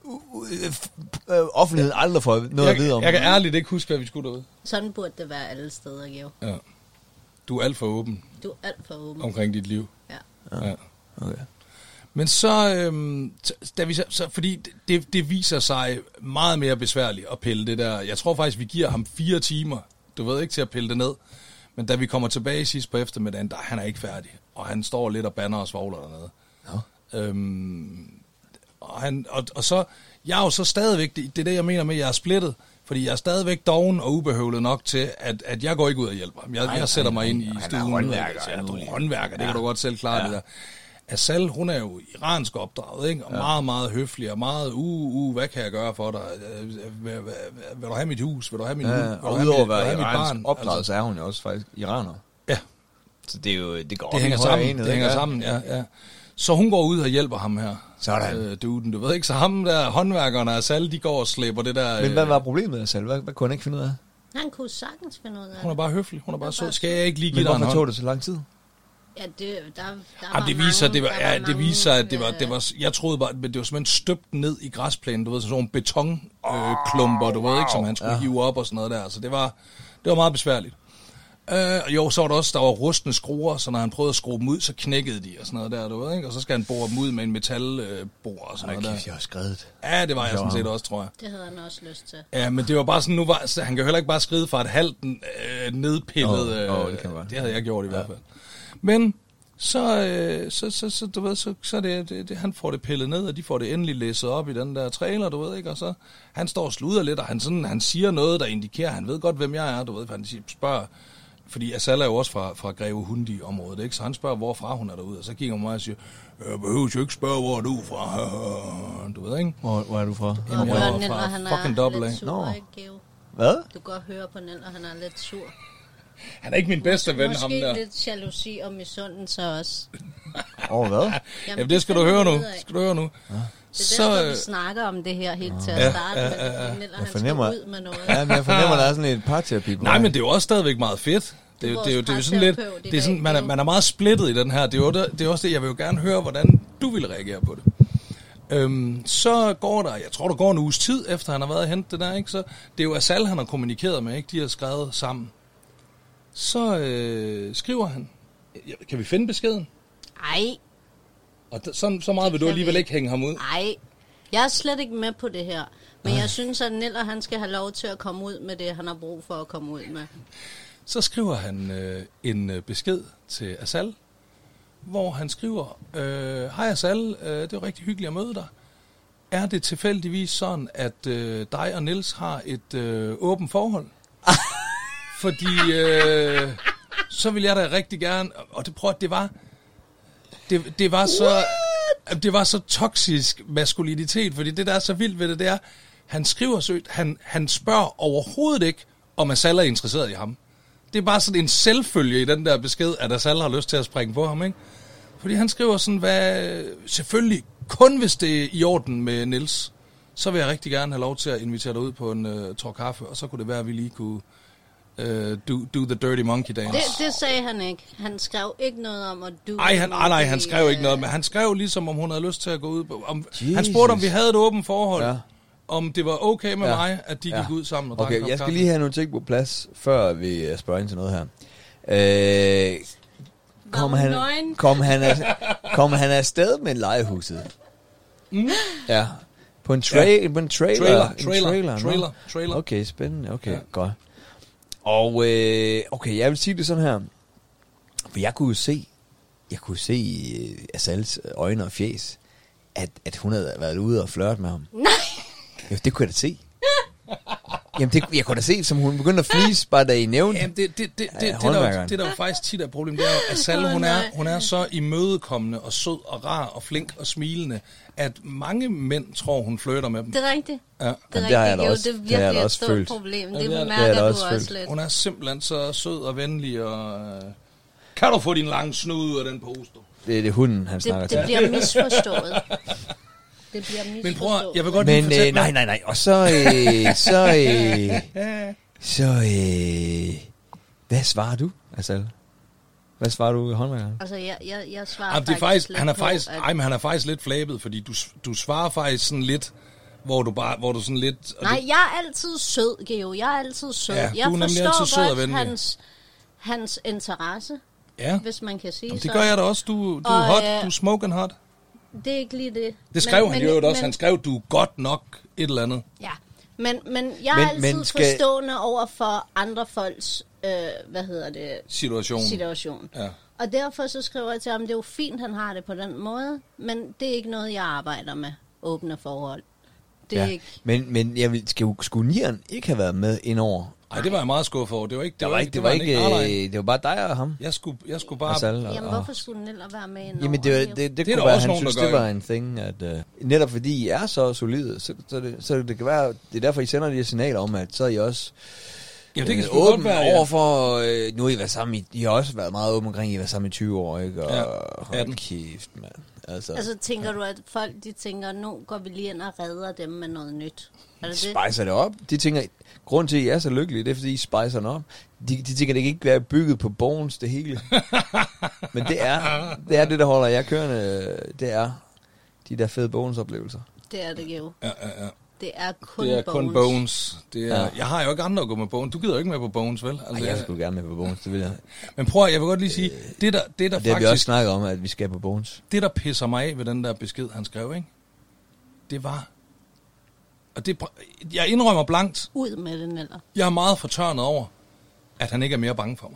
Uh, uh, offentligheden aldrig får noget jeg, at vide om. jeg kan ærligt ikke huske, hvad vi skulle derude. Sådan burde det være alle steder, Geo. Ja. Du er alt for åben Du er alt for åben. omkring dit liv. Ja. Ja. Okay. Men så, øhm, t- da vi så, så fordi det, det viser sig meget mere besværligt at pille det der. Jeg tror faktisk, vi giver ham fire timer, du ved ikke, til at pille det ned. Men da vi kommer tilbage sidst på eftermiddagen, der han er ikke færdig. Og han står lidt og bander og svogler dernede. Nå. Øhm, og, han, og, og så, jeg er jo så stadigvæk, det, det er det, jeg mener med, at jeg er splittet. Fordi jeg er stadigvæk doven og ubehøvlet nok til, at, at jeg går ikke ud og hjælper ham. Jeg, Nej, jeg sætter nej, mig ind nej, i han er stuen. håndværker, Jeg er ja, håndværker, det ja. kan du godt selv klare Ja. det der. Asal, hun er jo iransk opdraget, ikke? Og ja. meget, meget høflig, og meget, uh, uh, hvad kan jeg gøre for dig? Vil, vil, vil, vil du have mit hus? Vil du have min Ja, hund? Vil du og have udover mit- vil at du have være mit iransk barn? opdraget, Altså, så er hun jo også faktisk iraner. ja, Så det er jo, det går op det i hænger en højere sammen. enhed, Det hænger ikke? sammen, ja, ja. Så hun går ud og hjælper ham her. Sådan. Øh, duden, du ved ikke, så ham der, håndværkerne og Sal, de går og slæber det der... Men hvad var problemet med Sal? Hvad, hvad kunne han ikke finde ud af? Han kunne sagtens finde ud af Hun er bare høflig, hun er bare er sød. bare Skal jeg ikke lige Men give dig en hvorfor hånd? tog det så lang tid? Ja, det, der, der Jamen, var det viser, mange, det var, der ja, var det viser, at det var, mange, det var, jeg troede bare, at det var simpelthen støbt ned i græsplænen, du ved, sådan nogle betonklumper, øh, klumper, du ved ikke, som han skulle ja. hive op og sådan noget der, så det var, det var meget besværligt. Øh, og jo, så var der også, der var rustne skruer, så når han prøvede at skrue dem ud, så knækkede de og sådan noget der, du ved ikke, og så skal han bore dem ud med en metalbor øh, og sådan noget der. Jeg har skrevet. Ja, det var jeg sådan set også, tror jeg. Det havde han også lyst til. Ja, men det var bare sådan, nu var, så han kan heller ikke bare skride fra et halvt øh, nedpillet, øh, oh, oh, det, kan det havde jeg gjort i ja. hvert fald. Men så, øh, så, så, så, du ved, så, så det, det, det, han får det pillet ned, og de får det endelig læsset op i den der trailer, du ved ikke, og så han står og sluder lidt, og han, sådan, han siger noget, der indikerer, han ved godt, hvem jeg er, du ved, for han spørger, fordi Asal er jo også fra, fra Greve Hundi-området, ikke? Så han spørger, hvorfra hun er derude, og så kigger hun mig og siger, jeg behøver jo ikke spørge, hvor er du fra, du ved, ikke? Hvor, hvor er du fra? Jamen, jeg jeg var Niller, fra han fucking er Double A. lidt sur, Nå. ikke, Geo? Hvad? Du kan godt høre på Niller, han er lidt sur. Han er ikke min bedste ven, ham der. Måske lidt jalousi og misundelse også. Åh, oh, hvad? Jamen, det skal du høre nu. Skal du høre nu. Ja. Det er derfor, vi snakker om det her helt til at Ja, starte ja, med. ja, ja. Niller, Jeg han fornemmer- skal ud med noget. Ja, men jeg fornemmer, der er sådan et parterapi på Nej, vej. men det er jo også stadigvæk meget fedt. Det, er jo- Det er det, er jo- vores det er jo sådan lidt, parterapeut i det er sådan, dag, man er, Geo. man er meget splittet i den her. Det er, jo, det er også det, jeg vil jo gerne høre, hvordan du vil reagere på det. Øhm, så går der, jeg tror, der går en uges tid, efter han har været og hentet det der, ikke? Så det er jo Asal, han har kommunikeret med, ikke? De har skrevet sammen. Så øh, skriver han, ja, kan vi finde beskeden? Ej, Og d- så, så meget Det vil du kan alligevel vi. ikke hænge ham ud. ej. Jeg er slet ikke med på det her. Men jeg synes, at Niller, han skal have lov til at komme ud med det, han har brug for at komme ud med. Så skriver han øh, en øh, besked til Asal, hvor han skriver, øh, hej Asal, øh, det er rigtig hyggeligt at møde dig. Er det tilfældigvis sådan, at øh, dig og Niels har et øh, åbent forhold? Fordi øh, så vil jeg da rigtig gerne, og det prøver, det var, det, det var så, det var så toksisk maskulinitet, fordi det der er så vildt ved det, det er, han skriver søgt, han, han spørger overhovedet ikke, om Asal er interesseret i ham. Det er bare sådan en selvfølge i den der besked, at Asal har lyst til at springe på ham, ikke? Fordi han skriver sådan, hvad, selvfølgelig kun hvis det er i orden med Niels, så vil jeg rigtig gerne have lov til at invitere dig ud på en uh, tår kaffe, og så kunne det være, at vi lige kunne uh, do, do the dirty monkey dance. Det, det sagde han ikke. Han skrev ikke noget om at du... Ej, han, nej, nej, han skrev ikke noget, men han skrev ligesom, om hun havde lyst til at gå ud på... Om, han Jesus. spurgte, om vi havde et åbent forhold, Ja. ja. om det var okay med Ja. ja. mig, at de Ja. gik ud sammen og drak en Okay, kop jeg skal kaffe. lige have nogle ting på plads, før vi øh, spørger ind til noget her. Øh, kom, Var hun han, nøgen? kom, han af, kom han afsted med lejehuset? Mm. Ja. På en, tra- ja. på en trailer? Trailer, en trailer, trailer, nå. trailer, trailer. Okay, spændende. Okay, Ja. ja. Godt. Og øh, okay, jeg vil sige det sådan her. For jeg kunne jo se, jeg kunne se i uh, Asals øjne og fjes, at, at hun havde været ude og flirte med ham. Nej. Jo, det kunne jeg da se. Jamen, det, jeg kunne da se, som hun begyndte at flise, bare da I nævnte. Jamen, det, det, det, det, Ja, det, der, håndværkeren. det der jo faktisk tit er et problem, det er jo, at Sal, Åh, hun er, nej. hun er så imødekommende og sød og rar og flink og smilende, at mange mænd tror, hun flirter med dem. Det er rigtigt. Ja. Det er Jamen, det har jeg rigtigt, da jo. også- Det er det har jeg virkelig da et også stort følt. problem. Ja, Det det er- det har jeg bemærker da du også også følt. lidt. Hun er simpelthen så sød og venlig, og øh, kan du få din lange snud ud af den pose, du? Det er det hunden, han snakker Det, til. det bliver misforstået. Det bliver misforstået. Men prøv at- jeg vil godt lige Men fortælle øh, nej, nej, nej. Og så, øh, så, øh, så, øh, hvad svarer du, Asal? Hvad svarer du, håndværkeren? Altså, jeg, jeg, jeg svarer Jamen, det er faktisk, lidt han er på, faktisk, at- ej, men han er faktisk lidt flabet, fordi du, du svarer faktisk sådan lidt, hvor du bare, hvor du sådan lidt... og Nej, det, jeg er altid sød, Geo. Jeg er altid sød. Ja, jeg du er nemlig forstår altid sød og godt venlig. hans, hans interesse, ja, hvis man kan sige jamen, det så. gør jeg da også. Du, du er Og, hot, øh, du er smoking hot. Det er ikke lige det. Det skrev men, han men, jo også. men, Han skrev, du er godt nok et eller andet. Ja, men, men jeg Men- er altid men skal- forstående over for andre folks, øh, hvad hedder det, Situation. situation. Ja. Og derfor så skriver jeg til ham, det er jo fint, han har det på den måde, men det er ikke noget, jeg arbejder med, åbne forhold. Det er Ja. ikke... Men, men jeg vil, skal, skulle Nieren ikke have været med indover? Ej, det var jeg meget skuffet over. Det var ikke... Det var ikke, det var ikke, Nej, nej. øh, det var bare dig og ham. Jeg skulle, jeg skulle bare... Asal og, Jamen, og, hvorfor skulle den ellers være med indover? Jamen, det, var, det, det, det der kunne være, også han nogen, der synes, gør, det var jo. en ting, at uh, netop fordi I er så solide, så, så, det, så det kan være, det er derfor, I sender de her signaler om, at så er I også Ja, det kan øh, sgu godt åben være, ja. overfor, øh, nu har I været sammen, i, I har også været meget åben omkring, I har været sammen i tyve år, ikke? Og Ja, hold atten. kæft, mand. Altså, Altså tænker du, at folk de tænker, nu går vi lige ind og redder dem med noget nyt? Er det det? spicer det op. De tænker, grund til, at I er så lykkelige, det er, fordi I spicer det op. De, de tænker, det kan ikke være bygget på bones, det hele. Men det er, det er det, der holder jer kørende. Det er de der fede bones-oplevelser. Det er det, Geo. Ja, ja, ja. Det er kun Det er bones. kun Bones. Det er, Ja. Jeg har jo ikke andre at gå med Bones. Du gider jo ikke med på Bones, vel? Altså, Ej, jeg skulle gerne med på bones, det vil jeg. Men prøv at, jeg vil godt lige sige, det der, det der Og det har vi også faktisk, snakket om, at vi skal på bones. det der pisser mig af ved den der besked, han skrev, ikke? Det var, og det, jeg indrømmer blankt, Ud med den, eller? jeg er meget fortørnet over, at han ikke er mere bange for mig.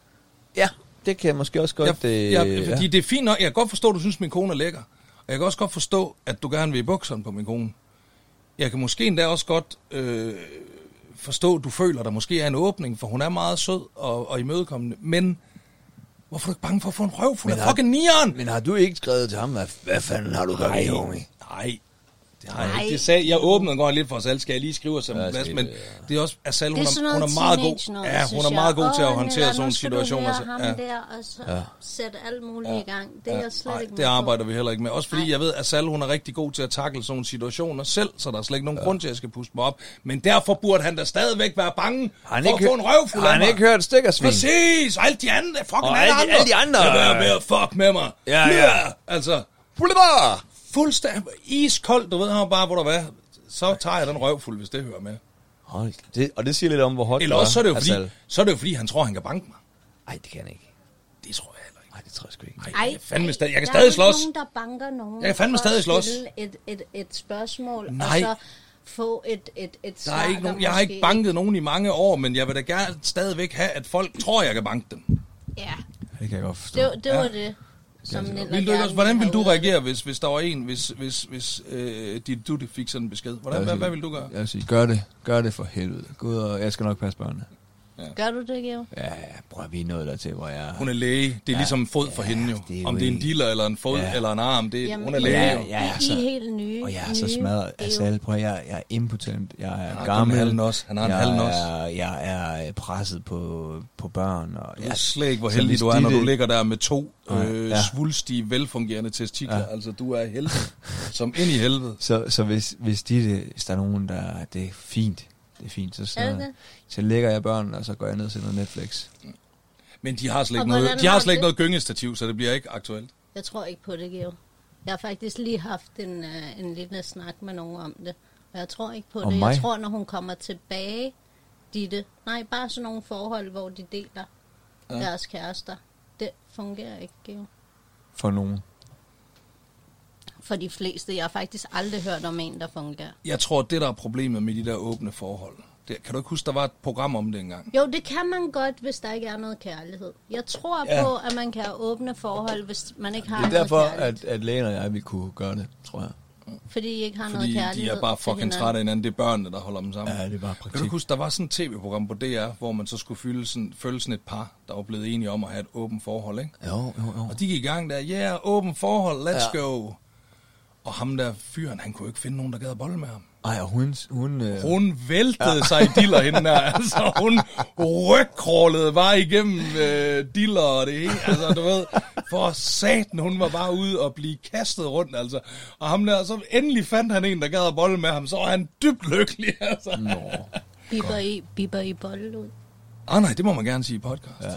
Ja, det kan jeg måske også godt... Jeg, øh, jeg, fordi det er fint nok, jeg kan godt forstå, at du synes, min kone er lækker. Og jeg kan også godt forstå, at du gerne vil i bukserne på min kone. Jeg kan måske endda også godt øh, forstå, at du føler, at der måske er en åbning, for hun er meget sød og, og imødekommende. Men hvorfor er du ikke bange for at få en røvfuld Men af har- fucking nieren? Men har du ikke skrevet til ham, hvad, hvad fanden har du gjort i, homie? Nej, det har jeg Nej. ikke. Det sagde, jeg åbnede en gang lidt for os alle, skal jeg lige skrive os som Ja, plads, skal men det, ja. det er også, Asal, hun, Det er er, sådan hun noget er meget god. teenage noget, Ja, hun synes er meget jeg. god til at Åh, håndtere Nilla, sådan nogle nu skal du situationer. høre ham Ja. der, og så Ja. sætte alt muligt i gang. Det er Ja, jeg slet nej, ikke med det på. arbejder vi heller ikke med. Også fordi Nej. jeg ved, at Asal, hun er rigtig god til at takle sådan nogle situationer selv, så der er slet ikke nogen ja. grund til, at jeg skal puste mig op. Men derfor burde han da stadigvæk være bange Har han for ikke at få en røvfuld Har af han mig. ikke hørt stikkersvin? Præcis! Og alle de andre, fucking Og alle, alle de- andre. alle de andre. Lad være med at fuck med mig. Ja, ja. Altså, Boulevard! fuldstændig iskoldt, du ved han bare, hvor der var. Så tager jeg den røvfuld, hvis det hører med. Hold, det, og det siger lidt om, hvor hot Eller du også så er det jo fordi, Asal. så er det jo fordi, han tror, han kan banke mig. Ej, det kan han ikke. Det tror jeg heller ikke. Nej, det tror jeg sgu ikke. Ej, jeg, fandme stadig, jeg kan der stadig er slås. ikke nogen, der banker nogen. Jeg kan fandme for stadig at slås. stille Et, et, et spørgsmål, Nej. og så få et, et, et Der svar, er ikke nogen, der jeg har ikke måske- banket nogen i mange år, men jeg vil da gerne stadigvæk have, at folk tror, jeg kan banke dem. Ja, Det kan jeg godt forstå. det, det var Ja. det, som Nilla Vil du ikke gerne også, hvordan ville vil du have ud af reagere, hvis, hvis der var en, hvis, hvis, hvis øh, dit du fik sådan en besked? Hvordan, hvad, hvad vil du gøre? Jeg vil sige, gør det. Gør det for helvede. Gå ud og jeg skal nok passe børnene. det. Gør du det, Geo? Ja, ja, prøv at vi er nået dertil, hvor jeg... Hun er læge. Det er Ja, ligesom en fod for ja, hende jo. det er jo Om det er en ikke- diller eller en fod Ja. eller en arm. Det, Jamen, hun er læge ja, jo. ja, ja, I så- er helt nye. Og jeg er så nye smadret af Geo. salg. Prøv at jeg, jeg er impotent. Jeg er Han har kun gammel. en halv nos. Han har en jeg halv nos. Er, jeg er presset på, på børn. Og Jeg ved jeg, slet ikke, hvor så heldig hvis du er, de når du det- ligger der med to øh, Ja. svulstige, velfungerende testikler. Ja. Altså, du er heldig. Som ind i helvede. så så hvis, hvis, de, det- hvis der er nogen, der... Det er fint. Det er fint. Så, Er så, det det? så lægger jeg børn, og så går jeg ned til noget Netflix. Men de har slet Og ikke noget, hvordan de har har slet ikke det? noget gyngestativ, så det bliver ikke aktuelt. Jeg tror ikke på det, Geo. Jeg har faktisk lige haft en, uh, en lille snak med nogen om det. Og jeg tror ikke på Om det. mig? Jeg tror, når hun kommer tilbage, Ditte. Nej, bare sådan nogle forhold, hvor de deler Ja. ja. deres kærester. Det fungerer ikke, Geo. For nogen. For de fleste. Jeg har faktisk aldrig hørt om en, der fungerer. Jeg tror, det der er problemet med de der åbne forhold. Det, kan du ikke huske, der var et program om det engang? Jo, det kan man godt, hvis der ikke er noget kærlighed. Jeg tror Ja. ja. på, at man kan have åbne forhold, hvis man ikke har Det er noget derfor, kærlighed. at, at lægen og jeg vil kunne gøre det, tror jeg. Fordi I ikke har Fordi noget kærlighed de er bare til fucking hinanden. trætte af hinanden. Det er børnene, der holder dem sammen. Ja, det er bare Kan du praktik. ikke huske, der var sådan et tv-program på D R, hvor man så skulle følge sådan, følge sådan et par, der var blevet enige om at have et åbent forhold, ikke? Jo, jo, jo. Og de gik i gang der, ja, yeah, åbent forhold, let's Ja. go. Og ham der fyren, han kunne ikke finde nogen, der gad at bolle med ham. Ej, og hun... hun, øh, Hun væltede ja. sig i diller hende der. Altså, hun rygkrålede bare igennem øh, diller og det hele. Altså, du ved, for satan, hun var bare ude og blive kastet rundt, altså. Og ham der, så endelig fandt han en, der gad at bolle med ham, så var han dybt lykkelig, altså. Nå. Bipper i, bipper i bolle ud. Ah nej, det må man gerne sige i podcast. Ja.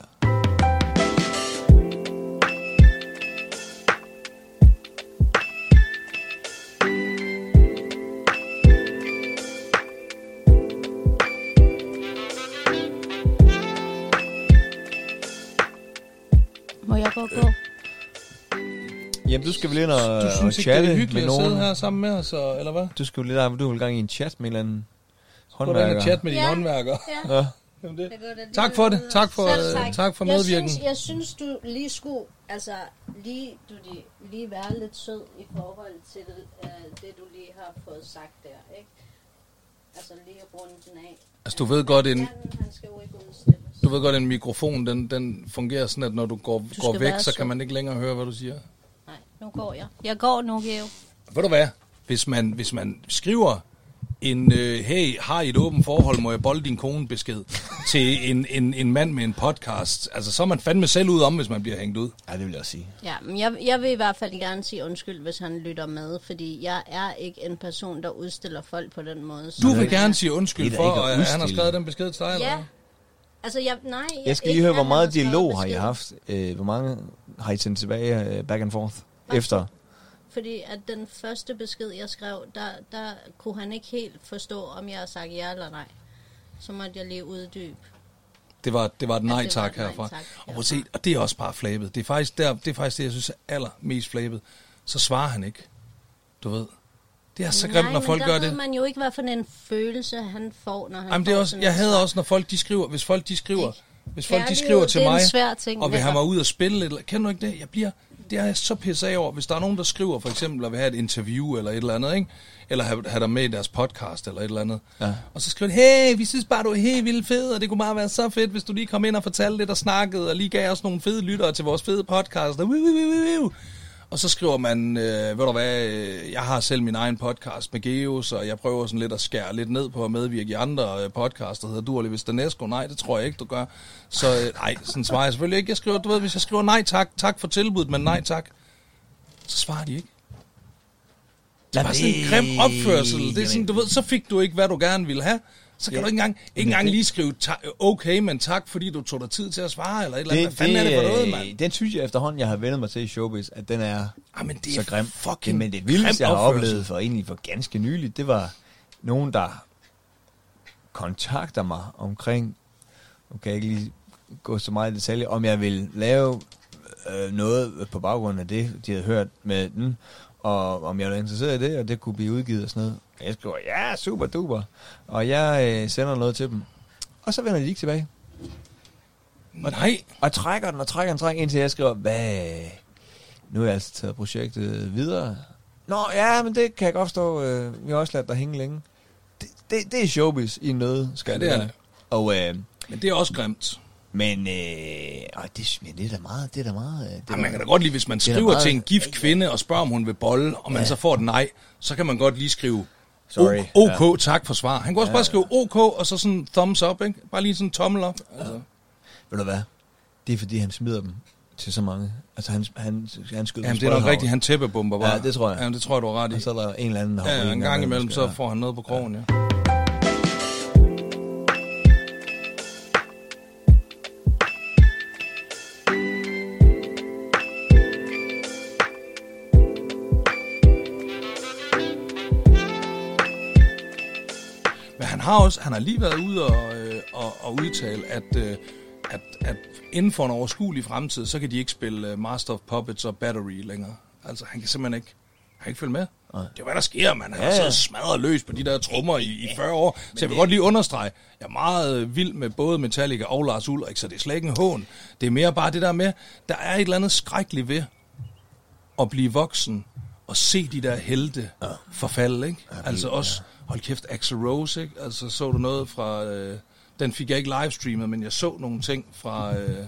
Må jeg godt gå? Jamen, du skal vel ind og, Du og synes ikke, det chatte er hyggeligt med at sidde nogen. her sammen med os, og- eller hvad? Du skal jo lidt af, du vil gang i en chat med en eller anden Prøv at håndværker. chat med dine Ja. håndværkere. Ja. Ja. Jamen det. Jeg går da lige Tak for det. videre. Tak for, Selv øh, tak for jeg medvirken. Synes, jeg synes, du lige skulle, altså, lige, du, lige, lige være lidt sød i forhold til øh, det, du lige har fået sagt der, ikke? Altså lige at runde den af. Altså, du ved godt, en, Manden, han skal jo ikke udstilles. du ved godt, en mikrofon, den, den fungerer sådan, at når du går, skal går væk, være så sød. kan man ikke længere høre, hvad du siger. Nej, nu går jeg. Jeg går nu, Geo. Ved du hvad? Hvis man, hvis man skriver en, øh, hey, har I et åbent forhold, må jeg bolde din kone besked, til en, en, en mand med en podcast. Altså, så er man fandme selv ud om, hvis man bliver hængt ud. Ja, det vil jeg sige. Ja, men jeg, jeg vil i hvert fald gerne sige undskyld, hvis han lytter med, fordi jeg er ikke en person, der udstiller folk på den måde. Du vil gerne sige undskyld Det er da for, ikke at at han har udstille. skrevet den besked til dig, eller Ja. hvad? Altså, jeg, nej. Jeg, Jeg skal ikke lige høre, at hvor han meget har skrevet dialog har I besked. haft? Øh, hvor mange har I sendt tilbage øh, back and forth efter? Fordi at den første besked, jeg skrev, der, der kunne han ikke helt forstå, om jeg har sagt ja eller nej. Så måtte jeg lige uddybe. Det var, det var et nej det var tak et nej herfra. tak Og, prøv at se, og det er også bare flabet. Det er faktisk, der, det er faktisk det, jeg synes er allermest flabet. Så svarer han ikke. Du ved. Det er så grimt, når folk gør det. Nej, men der ved man jo ikke, hvad for en følelse han får, når han Jamen, det er får også, sådan jeg et hader svar. også, når folk de skriver, hvis folk de skriver, hvis folk de Kærlighed, skriver til det er en mig, svær ting, og vil have netop. mig ud og spille lidt. Kender du ikke det? Jeg bliver, det er jeg så pisset af over. Hvis der er nogen, der skriver for eksempel, at vil have et interview eller et eller andet, ikke? Eller have, have dig med i deres podcast eller et eller andet. Ja. Og så skriver de, hey, vi synes bare, du er helt vildt fed, og det kunne bare være så fedt, hvis du lige kom ind og fortalte lidt og snakkede, og lige gav os nogle fede lyttere til vores fede podcast. Og, og så skriver man, øh, ved du hvad, øh, jeg har selv min egen podcast med Geos, og jeg prøver sådan lidt at skære lidt ned på at medvirke i andre øh, podcasts, der hedder Du og Vistanesco. Nej, det tror jeg ikke, du gør. Så øh, nej, sådan svarer jeg selvfølgelig ikke. Jeg skriver, du ved, hvis jeg skriver nej tak, tak for tilbuddet, men nej tak, så svarer de ikke. Det er bare sådan en grim opførsel. Det er sådan, du ved, så fik du ikke, hvad du gerne ville have. Så kan Ja. du ikke engang, ikke engang lige skrive, ta- okay, men tak, fordi du tog dig tid til at svare, eller et eller andet. Hvad fanden er det for noget, mand? Den synes jeg efterhånden, jeg har vendt mig til i showbiz, at den er Ah, men det så er grim. fucking Men det vildeste, jeg har grim opførsel. oplevet for egentlig for ganske nyligt, det var nogen, der kontakter mig omkring, nu kan jeg ikke lige gå så meget i detaljer, om jeg vil lave øh, noget på baggrund af det, de havde hørt med den, og om jeg var interesseret i det, og det kunne blive udgivet og sådan noget. Og jeg skriver, ja, super duper. Og jeg øh, sender noget til dem. Og så vender de ikke tilbage. Nej. Og jeg trækker den og trækker den, trækker indtil jeg skriver, hvad? Nu har jeg altså taget projektet videre. Nå, ja, men det kan jeg godt forstå. Øh, vi har også ladet dig hænge længe. Det, det, det er showbiz i noget, skal Ja, det er det. Og, øh, Men det er også grimt. men, øh, og det, men det er da meget, det er da meget. Det er Ja, man da- kan da godt lide, hvis man det er da skriver meget- til en gift kvinde og spørger, om hun vil bolle, og man Ja. så får et nej, så kan man godt lige skrive, Sorry. O- OK, tak for svar. Han kan også bare skrive OK, og så sådan thumbs up, ikke? Bare lige sådan tommel op. Altså. Ved du hvad? Det er fordi, han smider dem til så mange. Altså, han, han, han skyder Jamen, det er nok rigtigt, han tæppebomber bare. Ja, det tror jeg. Jamen, det tror jeg, du har ret i. Og så er der en eller anden, der Ja, hopper en ind, gang og imellem, skal- så får han noget på krogen, ja. Men han har også, han har lige været ude og, øh, og, og udtale, at, øh, at, at inden for en overskuelig fremtid, så kan de ikke spille uh, Master of Puppets og Battery længere. Altså, han kan simpelthen ikke, han kan ikke følge med. Nej. Det er hvad der sker, man. Han Ja, har ja. så smadret løs på de der trommer i, i fyrre år. Så jeg vil godt lige understrege, jeg er meget vild med både Metallica og Lars Ulrik, så det er slet ikke en hån. Det er mere bare det der med, der er et eller andet skrækkeligt ved at blive voksen og se de der helte ja. forfalde, ikke? Ja, altså også, hold kæft, Axl Rose, ikke? Altså så du noget fra, øh, den fik jeg ikke livestreamet, men jeg så nogle ting fra, øh,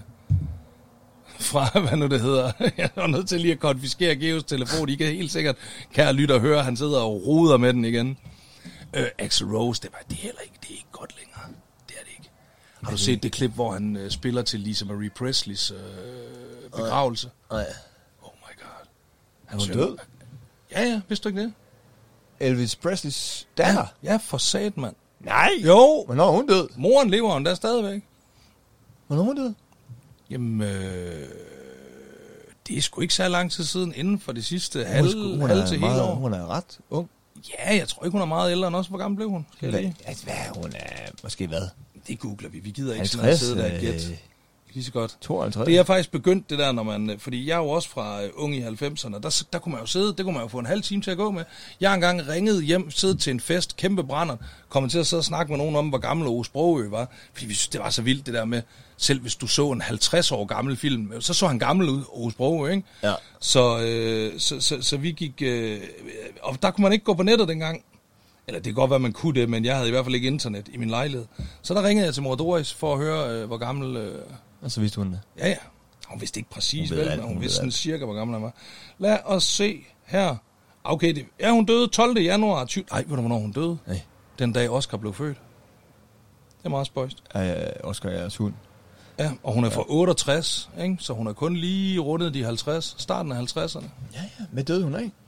fra, hvad nu det hedder, jeg var nødt til lige at konfiskere Geos telefon, I kan helt sikkert, kære lytter og høre, han sidder og roder med den igen. Øh, Axl Rose, det var det er heller ikke, det er ikke godt længere, det er det ikke. Har du set det klip, hvor han øh, spiller til Lisa Marie Presleys øh, begravelse? Nej. Oh my god. Er hun synger- død? Ja, ja, vidste du ikke det? Elvis Presleys datter? Ja, ja, for sat, mand. Nej. Jo, Hvornår er hun død? moren lever hun der stadigvæk. Hvornår er hun død? Jamen, øh, det er sgu ikke så lang tid siden, inden for det sidste halve, Hun, er sgu- hun, halve er til hele meget, år. hun er ret ung. Ja, jeg tror ikke, hun er meget ældre end os. Hvor gammel blev hun? Skal jeg Hvad, lige? altså, hvad, hun er måske hvad? Det googler vi. Vi gider ikke sådan halvtreds? at sidde der og gætte. Øh, Lige så godt. tooghalvtreds? Det er faktisk begyndt det der, når man, fordi jeg er jo også fra uh, ung i halvfemserne, der, der kunne man jo sidde, det kunne man jo få en halv time til at gå med. Jeg har engang ringet hjem, siddet til en fest, kæmpe brænder, kommet til at sidde og snakke med nogen om, hvor gammel Ove Sprogøe var, fordi vi synes, det var så vildt det der med, selv hvis du så en halvtreds år gammel film, så så han gammel ud, Ove Sprogøe, ikke? Ja. Så, øh, så, så, så vi gik, øh, og der kunne man ikke gå på nettet dengang. Eller det kan godt være, man kunne det, men jeg havde i hvert fald ikke internet i min lejlighed. Så der ringede jeg til mor Doris for at høre, øh, hvor gammel... Øh, Og så vidste hun det. Ja, ja. Hun vidste ikke præcis, Hun ved vel, alt, men hun, hun vidste ved sådan alt. cirka, hvor gammel han var. Lad os se her. Okay, det, ja, hun døde tolvte januar tyve... Ej, ved du, hvornår hun døde? Nej. den dag Oscar blev født. Det er meget spøjst. Ja, Oscar er hund. Ja, og hun er fra otteogtres, ikke? Så hun er kun lige rundet de halvtreds, starten af halvtredserne. Ja, ja. Med døde hun af?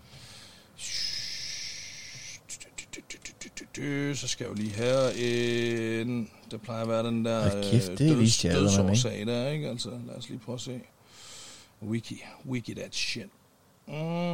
Så skal jeg jo lige have en... Det plejer at være den der Hold kæft, det døds, vidste jeg dødsårsag der, ikke? Altså, lad os lige prøve at se. Wiki. Wiki that shit. Mm.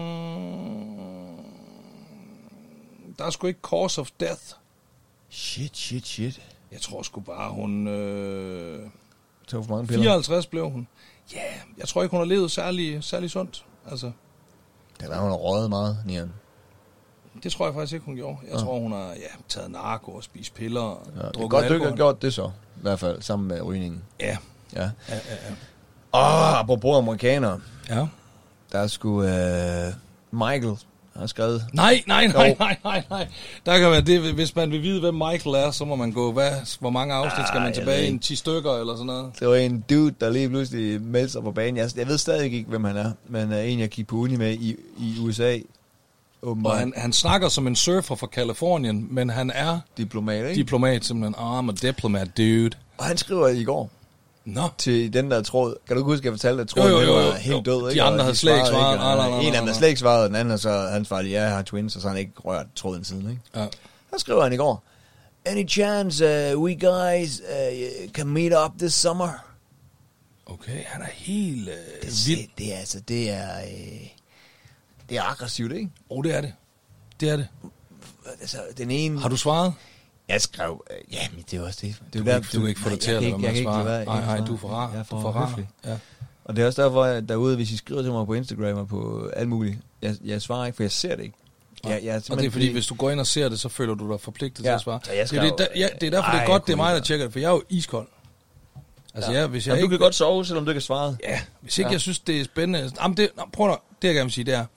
Der er sgu ikke cause of death. Shit, shit, shit. Jeg tror sgu bare, hun... Øh, Så for mange piller. fireoghalvtreds blev hun. Ja, yeah, jeg tror ikke, hun har levet særlig, særlig sundt. Altså, Det var, hun har røget meget, Nian. det tror jeg faktisk ikke, hun gjorde. Jeg Ja. tror, hun har ja, taget narko og spist piller og Ja, det er drukket godt, du ikke alkohol. har gjort det så. I hvert fald, sammen med rygningen. Ja, Ja. ja, ja. ja. Åh, oh, apropos amerikanere. ja. Der er sgu uh, Michael, har skrevet. Nej, nej, nej, Jo. nej, nej, nej. Der kan man det, hvis man vil vide, hvem Michael er, så må man gå, hvad, hvor mange afsnit skal Ah, man jeg tilbage? ved En ti stykker eller sådan noget? Det var en dude, der lige pludselig meldte sig på banen. Jeg, jeg ved stadig ikke, hvem han er, men uh, en, jeg gik på uni med i, i U S A. Åbenbart. Og han, han snakker som en surfer fra Kalifornien, men han er Diplomat, ikke? diplomat, simpelthen. Oh, I'm a diplomat, dude. Og han skriver i går Nå. til den der tråd. Kan du ikke huske, at jeg fortalte, at Jo, tråden jo, jo, var jo. helt Jo. død? De Ikke? andre Og havde slet ikke svaret. ikke, Nej, nej, nej, en af nej, dem havde nej. slet ikke svaret, og den anden så han svarede, ja, jeg har twins, og så har han ikke rørt tråden siden. Ikke? Ja. Der skriver han i går, any chance uh, we guys uh, can meet up this summer? Okay, han er helt øh, Det, vild. det, det er altså, det er, øh, det er aggressivt, ikke? Oh, det er det. Det er det. Altså, den ene... Har du svaret? Jeg skrev, øh, ja, men det er også det. det Du kan ikke, du kan ikke få det til at lade være med at svare. Nej, Nej, nej, du er for rar. Jeg er Du er for, for rar. høflig. Ja. Og det er også derfor, at derude, hvis I skriver til mig på Instagram og på alt muligt, jeg, jeg svarer ikke, for jeg ser det ikke. Jeg, jeg Og det er fordi, hvis du går ind og ser det, så føler du dig forpligtet Ja, til at svare. så jeg det, er det, skrev- der, ja, det er derfor, Ej, det er godt, jeg det er kunne mig, der ikke. tjekker det, for jeg er jo iskold. Altså, ja. jeg, hvis jeg Jamen, ikke... du kan godt sove, selvom du ikke har svaret. Ja, hvis ikke Ja. ja. jeg synes, det er spændende... Jamen, det, nå, prøv nu, det jeg gerne vil sige, det er...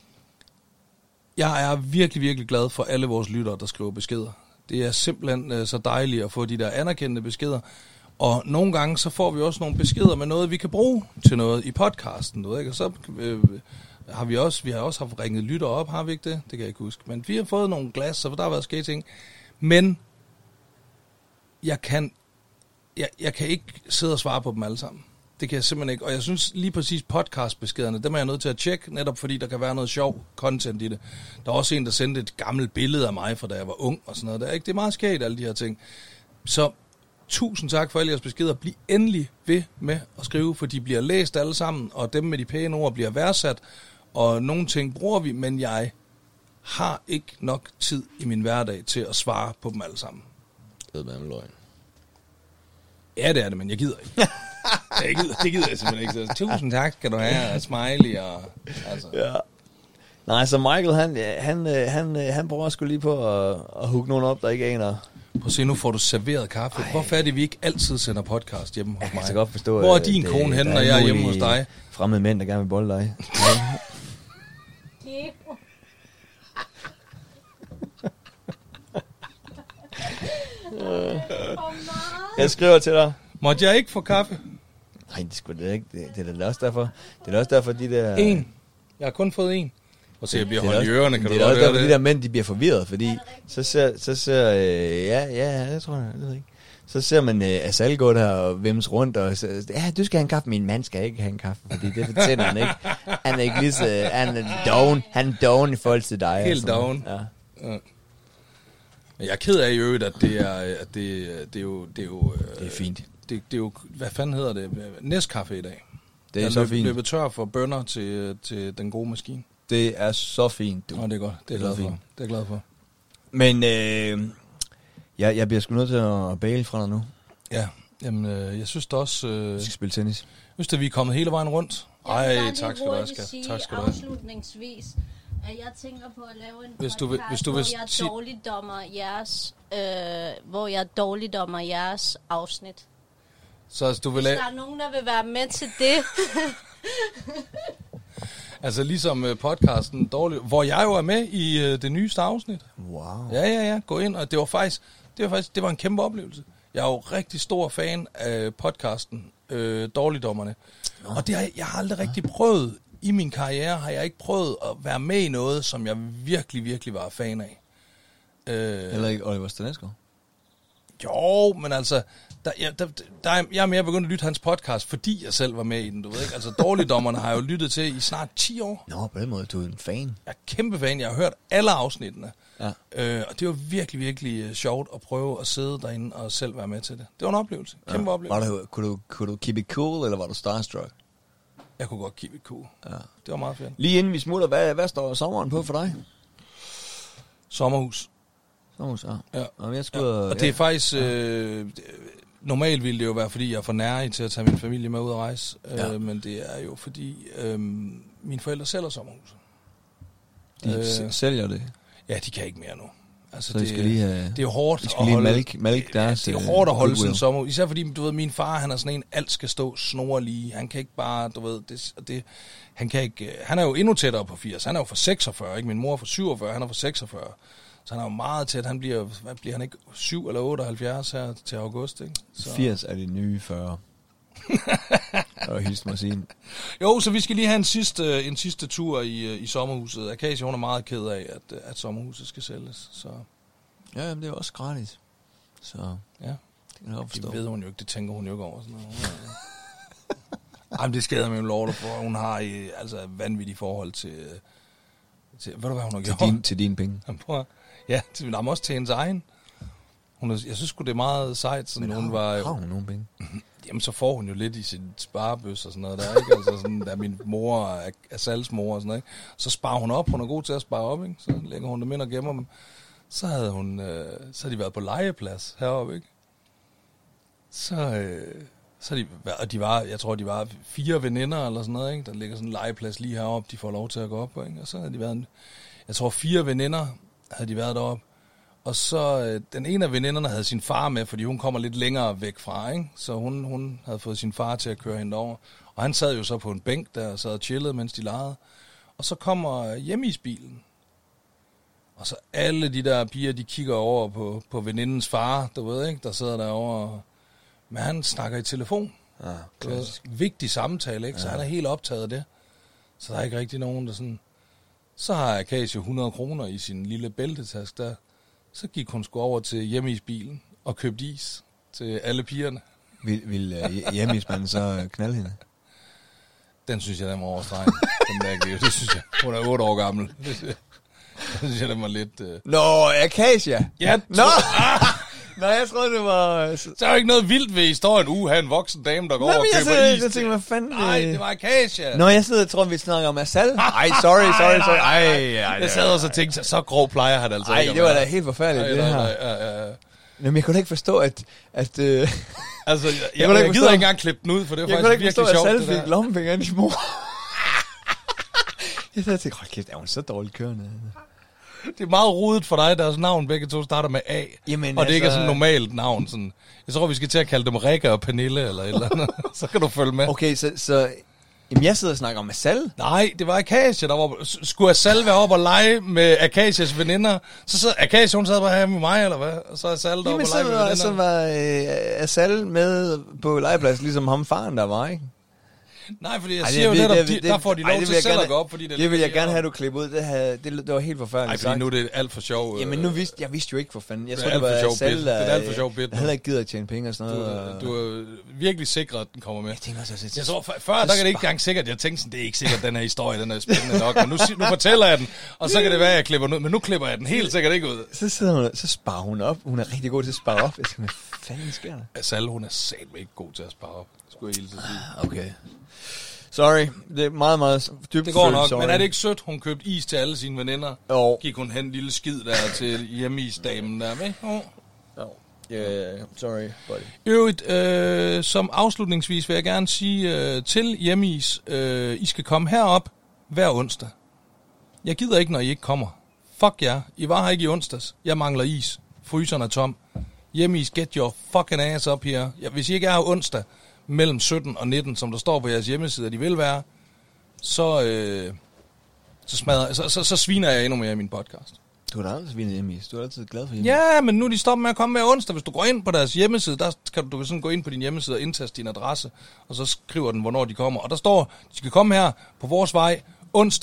Jeg er virkelig, virkelig glad for alle vores lyttere, der skriver beskeder. Det er simpelthen uh, så dejligt at få de der anerkendte beskeder. Og nogle gange, så får vi også nogle beskeder med noget, vi kan bruge til noget i podcasten. Du ved, ikke? Og så øh, har vi også, vi har også haft ringet lyttere op, har vi ikke det? Det kan jeg ikke huske. Men vi har fået nogle glas, så der har været sket ting. Men jeg kan, jeg, jeg kan ikke sidde og svare på dem alle sammen. Det kan jeg simpelthen ikke. Og jeg synes lige præcis podcastbeskederne, dem er jeg nødt til at tjekke, netop fordi der kan være noget sjov content i det. Der er også en, der sendte et gammelt billede af mig, fra da jeg var ung og sådan noget. Der, ikke? Det er meget skægt, alle de her ting. Så tusind tak for alle jeres beskeder. Bliv endelig ved med at skrive, for de bliver læst alle sammen, og dem med de pæne ord bliver værdsat. Og nogle ting bruger vi, men jeg har ikke nok tid i min hverdag til at svare på dem alle sammen. Det er med løgn. Ja, det er det, men jeg gider ikke. jeg gider, det gider jeg simpelthen ikke. Så tusind tak skal du have, og smiley og... Altså. Ja. Nej, så Michael, han, han, han, han prøver sgu lige på at, at hugge nogen op, der ikke aner. Prøv at se, nu får du serveret kaffe. Ej. Hvorfor er det, vi ikke altid sender podcast hjemme hos Jeg kan mig? så godt forstå, Hvor er at din det- kone der henne, er når jeg er hjemme hos mulige dig? Fremmede mænd, der gerne vil bolde dig. Jeg skriver til dig. Måtte jeg ikke få kaffe? Nej, det skulle det ikke. Det, det er da også derfor. Det er da også derfor, de der... En. Jeg har kun fået en. Og så jeg bliver Det er holdt i også- ørerne, kan det du er godt også høre derfor, det? de der mænd, de bliver forvirret, fordi så ser, så ser øh, ja, ja, det tror jeg, det ved jeg ikke. Så ser man øh, Asal gå der og vimse rundt, og så, ja, du skal have en kaffe, min mand skal ikke have en kaffe, fordi det fortæller han ikke. Han er ikke lige så, han er doven, han er doven i forhold til dig. Helt og sådan doven. noget. Ja. Men jeg er ked af i øvrigt, at det er, at det, det er jo... Det er, jo, øh, Det er fint. Det, det er jo... Hvad fanden hedder det? Næstkaffe i dag. Det er jeg så løb, fint. løbet tør for bønner til, til den gode maskine. Det er så fint, du. Nå, det er godt. Det er Det er jeg glad for. fint. Det er jeg glad for. Men øh, jeg, jeg bliver sgu nødt til at bale fra dig nu. Ja, jamen, øh, jeg synes da også... Øh, Vi jeg skal spille tennis. synes da, vi er kommet hele vejen rundt. Jeg vil Ej, bare lige tak skal du have, hurtigt skat. sige Tak skal du have. afslutningsvis, at jeg tænker på at lave en Hvis podcast, du vil- hvis du vil hvor jeg sige- dårligdommer jeres, øh, hvor jeg dårligdommer jeres afsnit. Så altså, du vil Hvis lave... der er nogen, der vil være med til det. Altså ligesom øh, podcasten Dårlig, hvor jeg jo er med i øh, det nyeste afsnit. Wow. Ja, ja, ja. Gå ind, og det var faktisk, det var faktisk, det var en kæmpe oplevelse. Jeg er jo rigtig stor fan af podcasten øh, Dårligdommerne. Nå. Og det har, jeg har aldrig rigtig prøvet, i min karriere har jeg ikke prøvet at være med i noget, som jeg virkelig, virkelig var fan af. Øh, Eller ikke Oliver Stanesco? Jo, men altså, der, ja, der, der er, jeg er mere begyndt at lytte hans podcast, fordi jeg selv var med i den, du ved ikke? Altså, Dårligdommerne har jeg jo lyttet til i snart ti år. Nå, på den måde, du er en fan. Jeg er kæmpe fan, jeg har hørt alle afsnittene. Ja. Øh, og det var virkelig, virkelig øh, sjovt at prøve at sidde derinde og selv være med til det. Det var en oplevelse, kæmpe Ja. oplevelse. Var du, kunne, du, kunne du keep it cool, eller var du starstruck? Jeg kunne godt keep it cool. Ja. Det var meget fedt. Lige inden vi smutter, hvad, hvad står sommeren på for dig? Sommerhus. Sommerhus, ja. Ja. Jamen, jeg skulle, Ja. Og det er faktisk... Øh, normalt ville det jo være, fordi jeg er for nær til at tage min familie med ud at rejse. Ja. Øh, men det er jo fordi, øh, mine forældre sælger sommerhus. De øh, sælger det. Ja, de kan ikke mere nu. Altså, Så det, de skal lige have... det er jo hårdt de skal at lige holde... malk, malk deres... Det er øh, hårdt at holde goodwill. sin sommerhus. Især fordi, du ved, min far, han er sådan en, alt skal stå snor lige. Han kan ikke bare, du ved, det, det, han kan ikke... Han er jo endnu tættere på firs. Han er jo for seksogfyrre, ikke? Min mor er for syvogfyrre, han er for seksogfyrre. Så han er jo meget tæt. Han bliver, hvad bliver han ikke, syv eller otteoghalvfjerds her til august, ikke? Så. firs er det nye fyrre. Det var hilst mig at sige. Jo, så vi skal lige have en sidste, en sidste tur i, i sommerhuset. Akasia, hun er meget ked af, at, at sommerhuset skal sælges. Så Ja, jamen, det er også gratis. Så ja, det kan jeg godt det forstå. ved hun jo ikke. Det tænker hun jo ikke over. Sådan noget. Jamen, det skader med en lort, for hun har i, altså vanvittigt forhold til, til... Ved du, hvad hun har Til, gjort? din, til dine penge. Jamen, prøv at- Ja, til, men også til hendes egen. Hun er, jeg synes sgu, det er meget sejt, sådan Men hun har, var... har hun nogen penge? Jamen, så får hun jo lidt i sin sparebøs og sådan noget der, ikke? Altså sådan, da min mor er, er salgsmor og sådan noget, ikke? Så sparer hun op, hun er god til at spare op, ikke? Så lægger hun dem ind og gemmer dem. Så havde hun, øh, så havde de været på legeplads heroppe, ikke? Så, øh, så havde de, været- og de var, jeg tror, de var fire veninder eller sådan noget, ikke? Der ligger sådan en legeplads lige heroppe, de får lov til at gå op på, ikke? Og så havde de været, en, jeg tror, fire veninder havde de været deroppe. Og så øh, den ene af veninderne havde sin far med, fordi hun kommer lidt længere væk fra, ikke? Så hun, hun havde fået sin far til at køre hende over. Og han sad jo så på en bænk der og sad og chillede, mens de legede. Og så kommer hjemmeisbilen. Og så alle de der piger, de kigger over på, på venindens far, du ved ikke, der sidder derovre. Men han snakker i telefon. Ja, Det er en vigtig samtale, ikke? Så han er helt optaget af det. Så der er ikke rigtig nogen, der sådan... Så har Akasia hundrede kroner i sin lille bæltetaske der. Så gik hun sgu over til hjemmeisbilen og købte is til alle pigerne. Vil, vil uh, hjemmeismanden så knalde hende? Den synes jeg, den var overstregen. Den der giver. Det synes jeg. Hun er otte år gammel. Det synes jeg, det synes jeg den var lidt... Uh... Nå, Akasia! Ja, Nå! Nej, jeg troede, det var... så er jo ikke noget vildt ved historien. Uh, have en voksen dame, der går Nå, over og men jeg køber sidder, is. jeg tænker, hvad fanden... Nej, det var Akasia. Nå, jeg sidder og tror, vi snakker om Asal. Ej, sorry, sorry, sorry. Ej, ej, Jeg sad og så tænkte, så grov plejer han altså Ej, ikke at det var være. da helt forfærdeligt, Ej, det nej, her. nej, ja, ja. Jamen, jeg kunne da ikke forstå, at... at øh, Altså, jeg, jeg, kunne da jeg, jeg ikke gider forstå- ikke engang klippe den ud, for det er jeg kunne da faktisk ikke forstå, virkelig at sjovt, Asal det fik der. lommepenge af de mor. Jeg sad og tænkte, hold kæft, er hun så dårligt kørende? Det er meget rodet for dig, deres navn begge to starter med A. Jamen, og det ikke er altså- sådan et normalt navn. Sådan. Jeg tror, vi skal til at kalde dem Rikke og Pernille eller et eller andet. Så kan du følge med. Okay, så... så jamen, jeg sidder og snakker om Asal. Nej, det var Akasia, der var... Skulle Asal være oppe og lege med Akasias veninder? Så sad Akasia, hun sad bare her med mig, eller hvad? Og så er Asal der oppe Jamen, og så lege med var, veninder. så var øh, Asal med på legeplads, ligesom ham faren, der var, ikke? Nej, fordi jeg Ej, siger jo det- netop, det- de, det- der får de ej, lov det til vil jeg selv at gerne- gå op, fordi det, Det vil jeg ligger gerne have, heroppe. du klipper ud. Det, havde, det, det var helt forfærdeligt Ej, fordi sagt. nu er det alt for sjov. Jamen, øh, nu vidste jeg vidste jo ikke, for fanden. Jeg Det tror, er det var alt for sjov Asal, bit. Det er der alt for sjov bit, jeg nu. havde ikke givet at tjene penge og sådan Du, noget. og- du er virkelig sikret, at den kommer med. Jeg tænker også, at Jeg tror, før, før der kan det ikke engang sikkert. Jeg tænkte sådan, det er ikke sikkert, den her historie, den er spændende nok. Men nu, si- nu fortæller jeg den, og så kan det være, at jeg klipper den ud. Men nu klipper jeg den helt sikkert ikke ud. Så, sidder hun, så sparer hun op. Hun er rigtig god til at spare op. Jeg tænker, hvad fanden sker der? Asal, hun er satme ikke god til at spare op. Skulle jeg hilse at sige. Okay. Sorry. Det er meget, meget dybt Det går nok, sorry. men er det ikke sødt, hun købte is til alle sine veninder? Jo. Gik hun hen en lille skid der til hjemmeisdamen der, med? Oh. Jo. Yeah, sorry, buddy. I øvrigt, øh, som afslutningsvis vil jeg gerne sige øh, til hjemmeis, øh, I skal komme herop hver onsdag. Jeg gider ikke, når I ikke kommer. Fuck jer. I var her ikke i onsdags. Jeg mangler is. Fryseren er tom. Hjemmeis, get your fucking ass up her. Ja, hvis I ikke er her onsdag mellem sytten og nitten, som der står på jeres hjemmeside, at I vil være, så, øh, så, smadrer, så, så, så sviner jeg endnu mere i min podcast. Du har da aldrig svinet hjemme i. Du er altid glad for hjemme. Ja, men nu er de stoppet med at komme med onsdag. Hvis du går ind på deres hjemmeside, der kan du, du kan sådan gå ind på din hjemmeside og indtaste din adresse, og så skriver den, hvornår de kommer. Og der står, de skal komme her på vores vej onsdag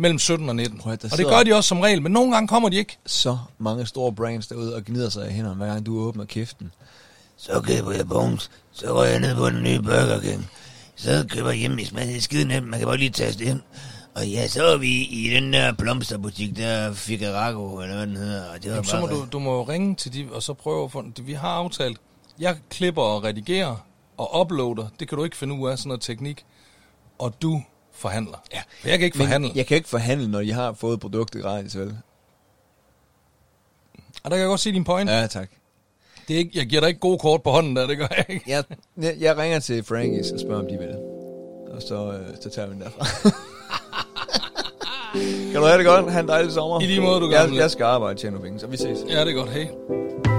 mellem sytten og nitten. Prøv at, der og det sidder- gør de også som regel, men nogle gange kommer de ikke. Så mange store brands derude og gnider sig i hænderne, hver gang du åbner kæften. Så køber jeg Bones, så går jeg ned på den nye Burger King. Så køber jeg hjemmesmad, det er skide nemt, man kan bare lige taste ind. Og ja, så er vi i den der blomsterbutik, der Figarago, eller hvad den hedder. Og det var Jamen, så bare må du, du må jo ringe til de, og så prøve at få... Vi har aftalt, jeg klipper og redigerer og uploader. Det kan du ikke finde ud af, sådan noget teknik. Og du forhandler. Ja. For jeg kan ikke forhandle. Men jeg kan ikke forhandle, når de har fået produktet gratis, vel? Og der kan jeg godt se din point. Ja. Ja, tak. Det er ikke, jeg giver dig ikke gode kort på hånden der, det gør jeg ikke. Jeg, jeg, jeg ringer til Frankies og spørger, om de vil. Og så, øh, så tager vi den derfra. Kan du have det godt? Ha' en dejlig sommer. I lige måde, du jeg, gamle. jeg skal arbejde og tjene nogle penge, så vi ses. Ja, det er godt. Hej.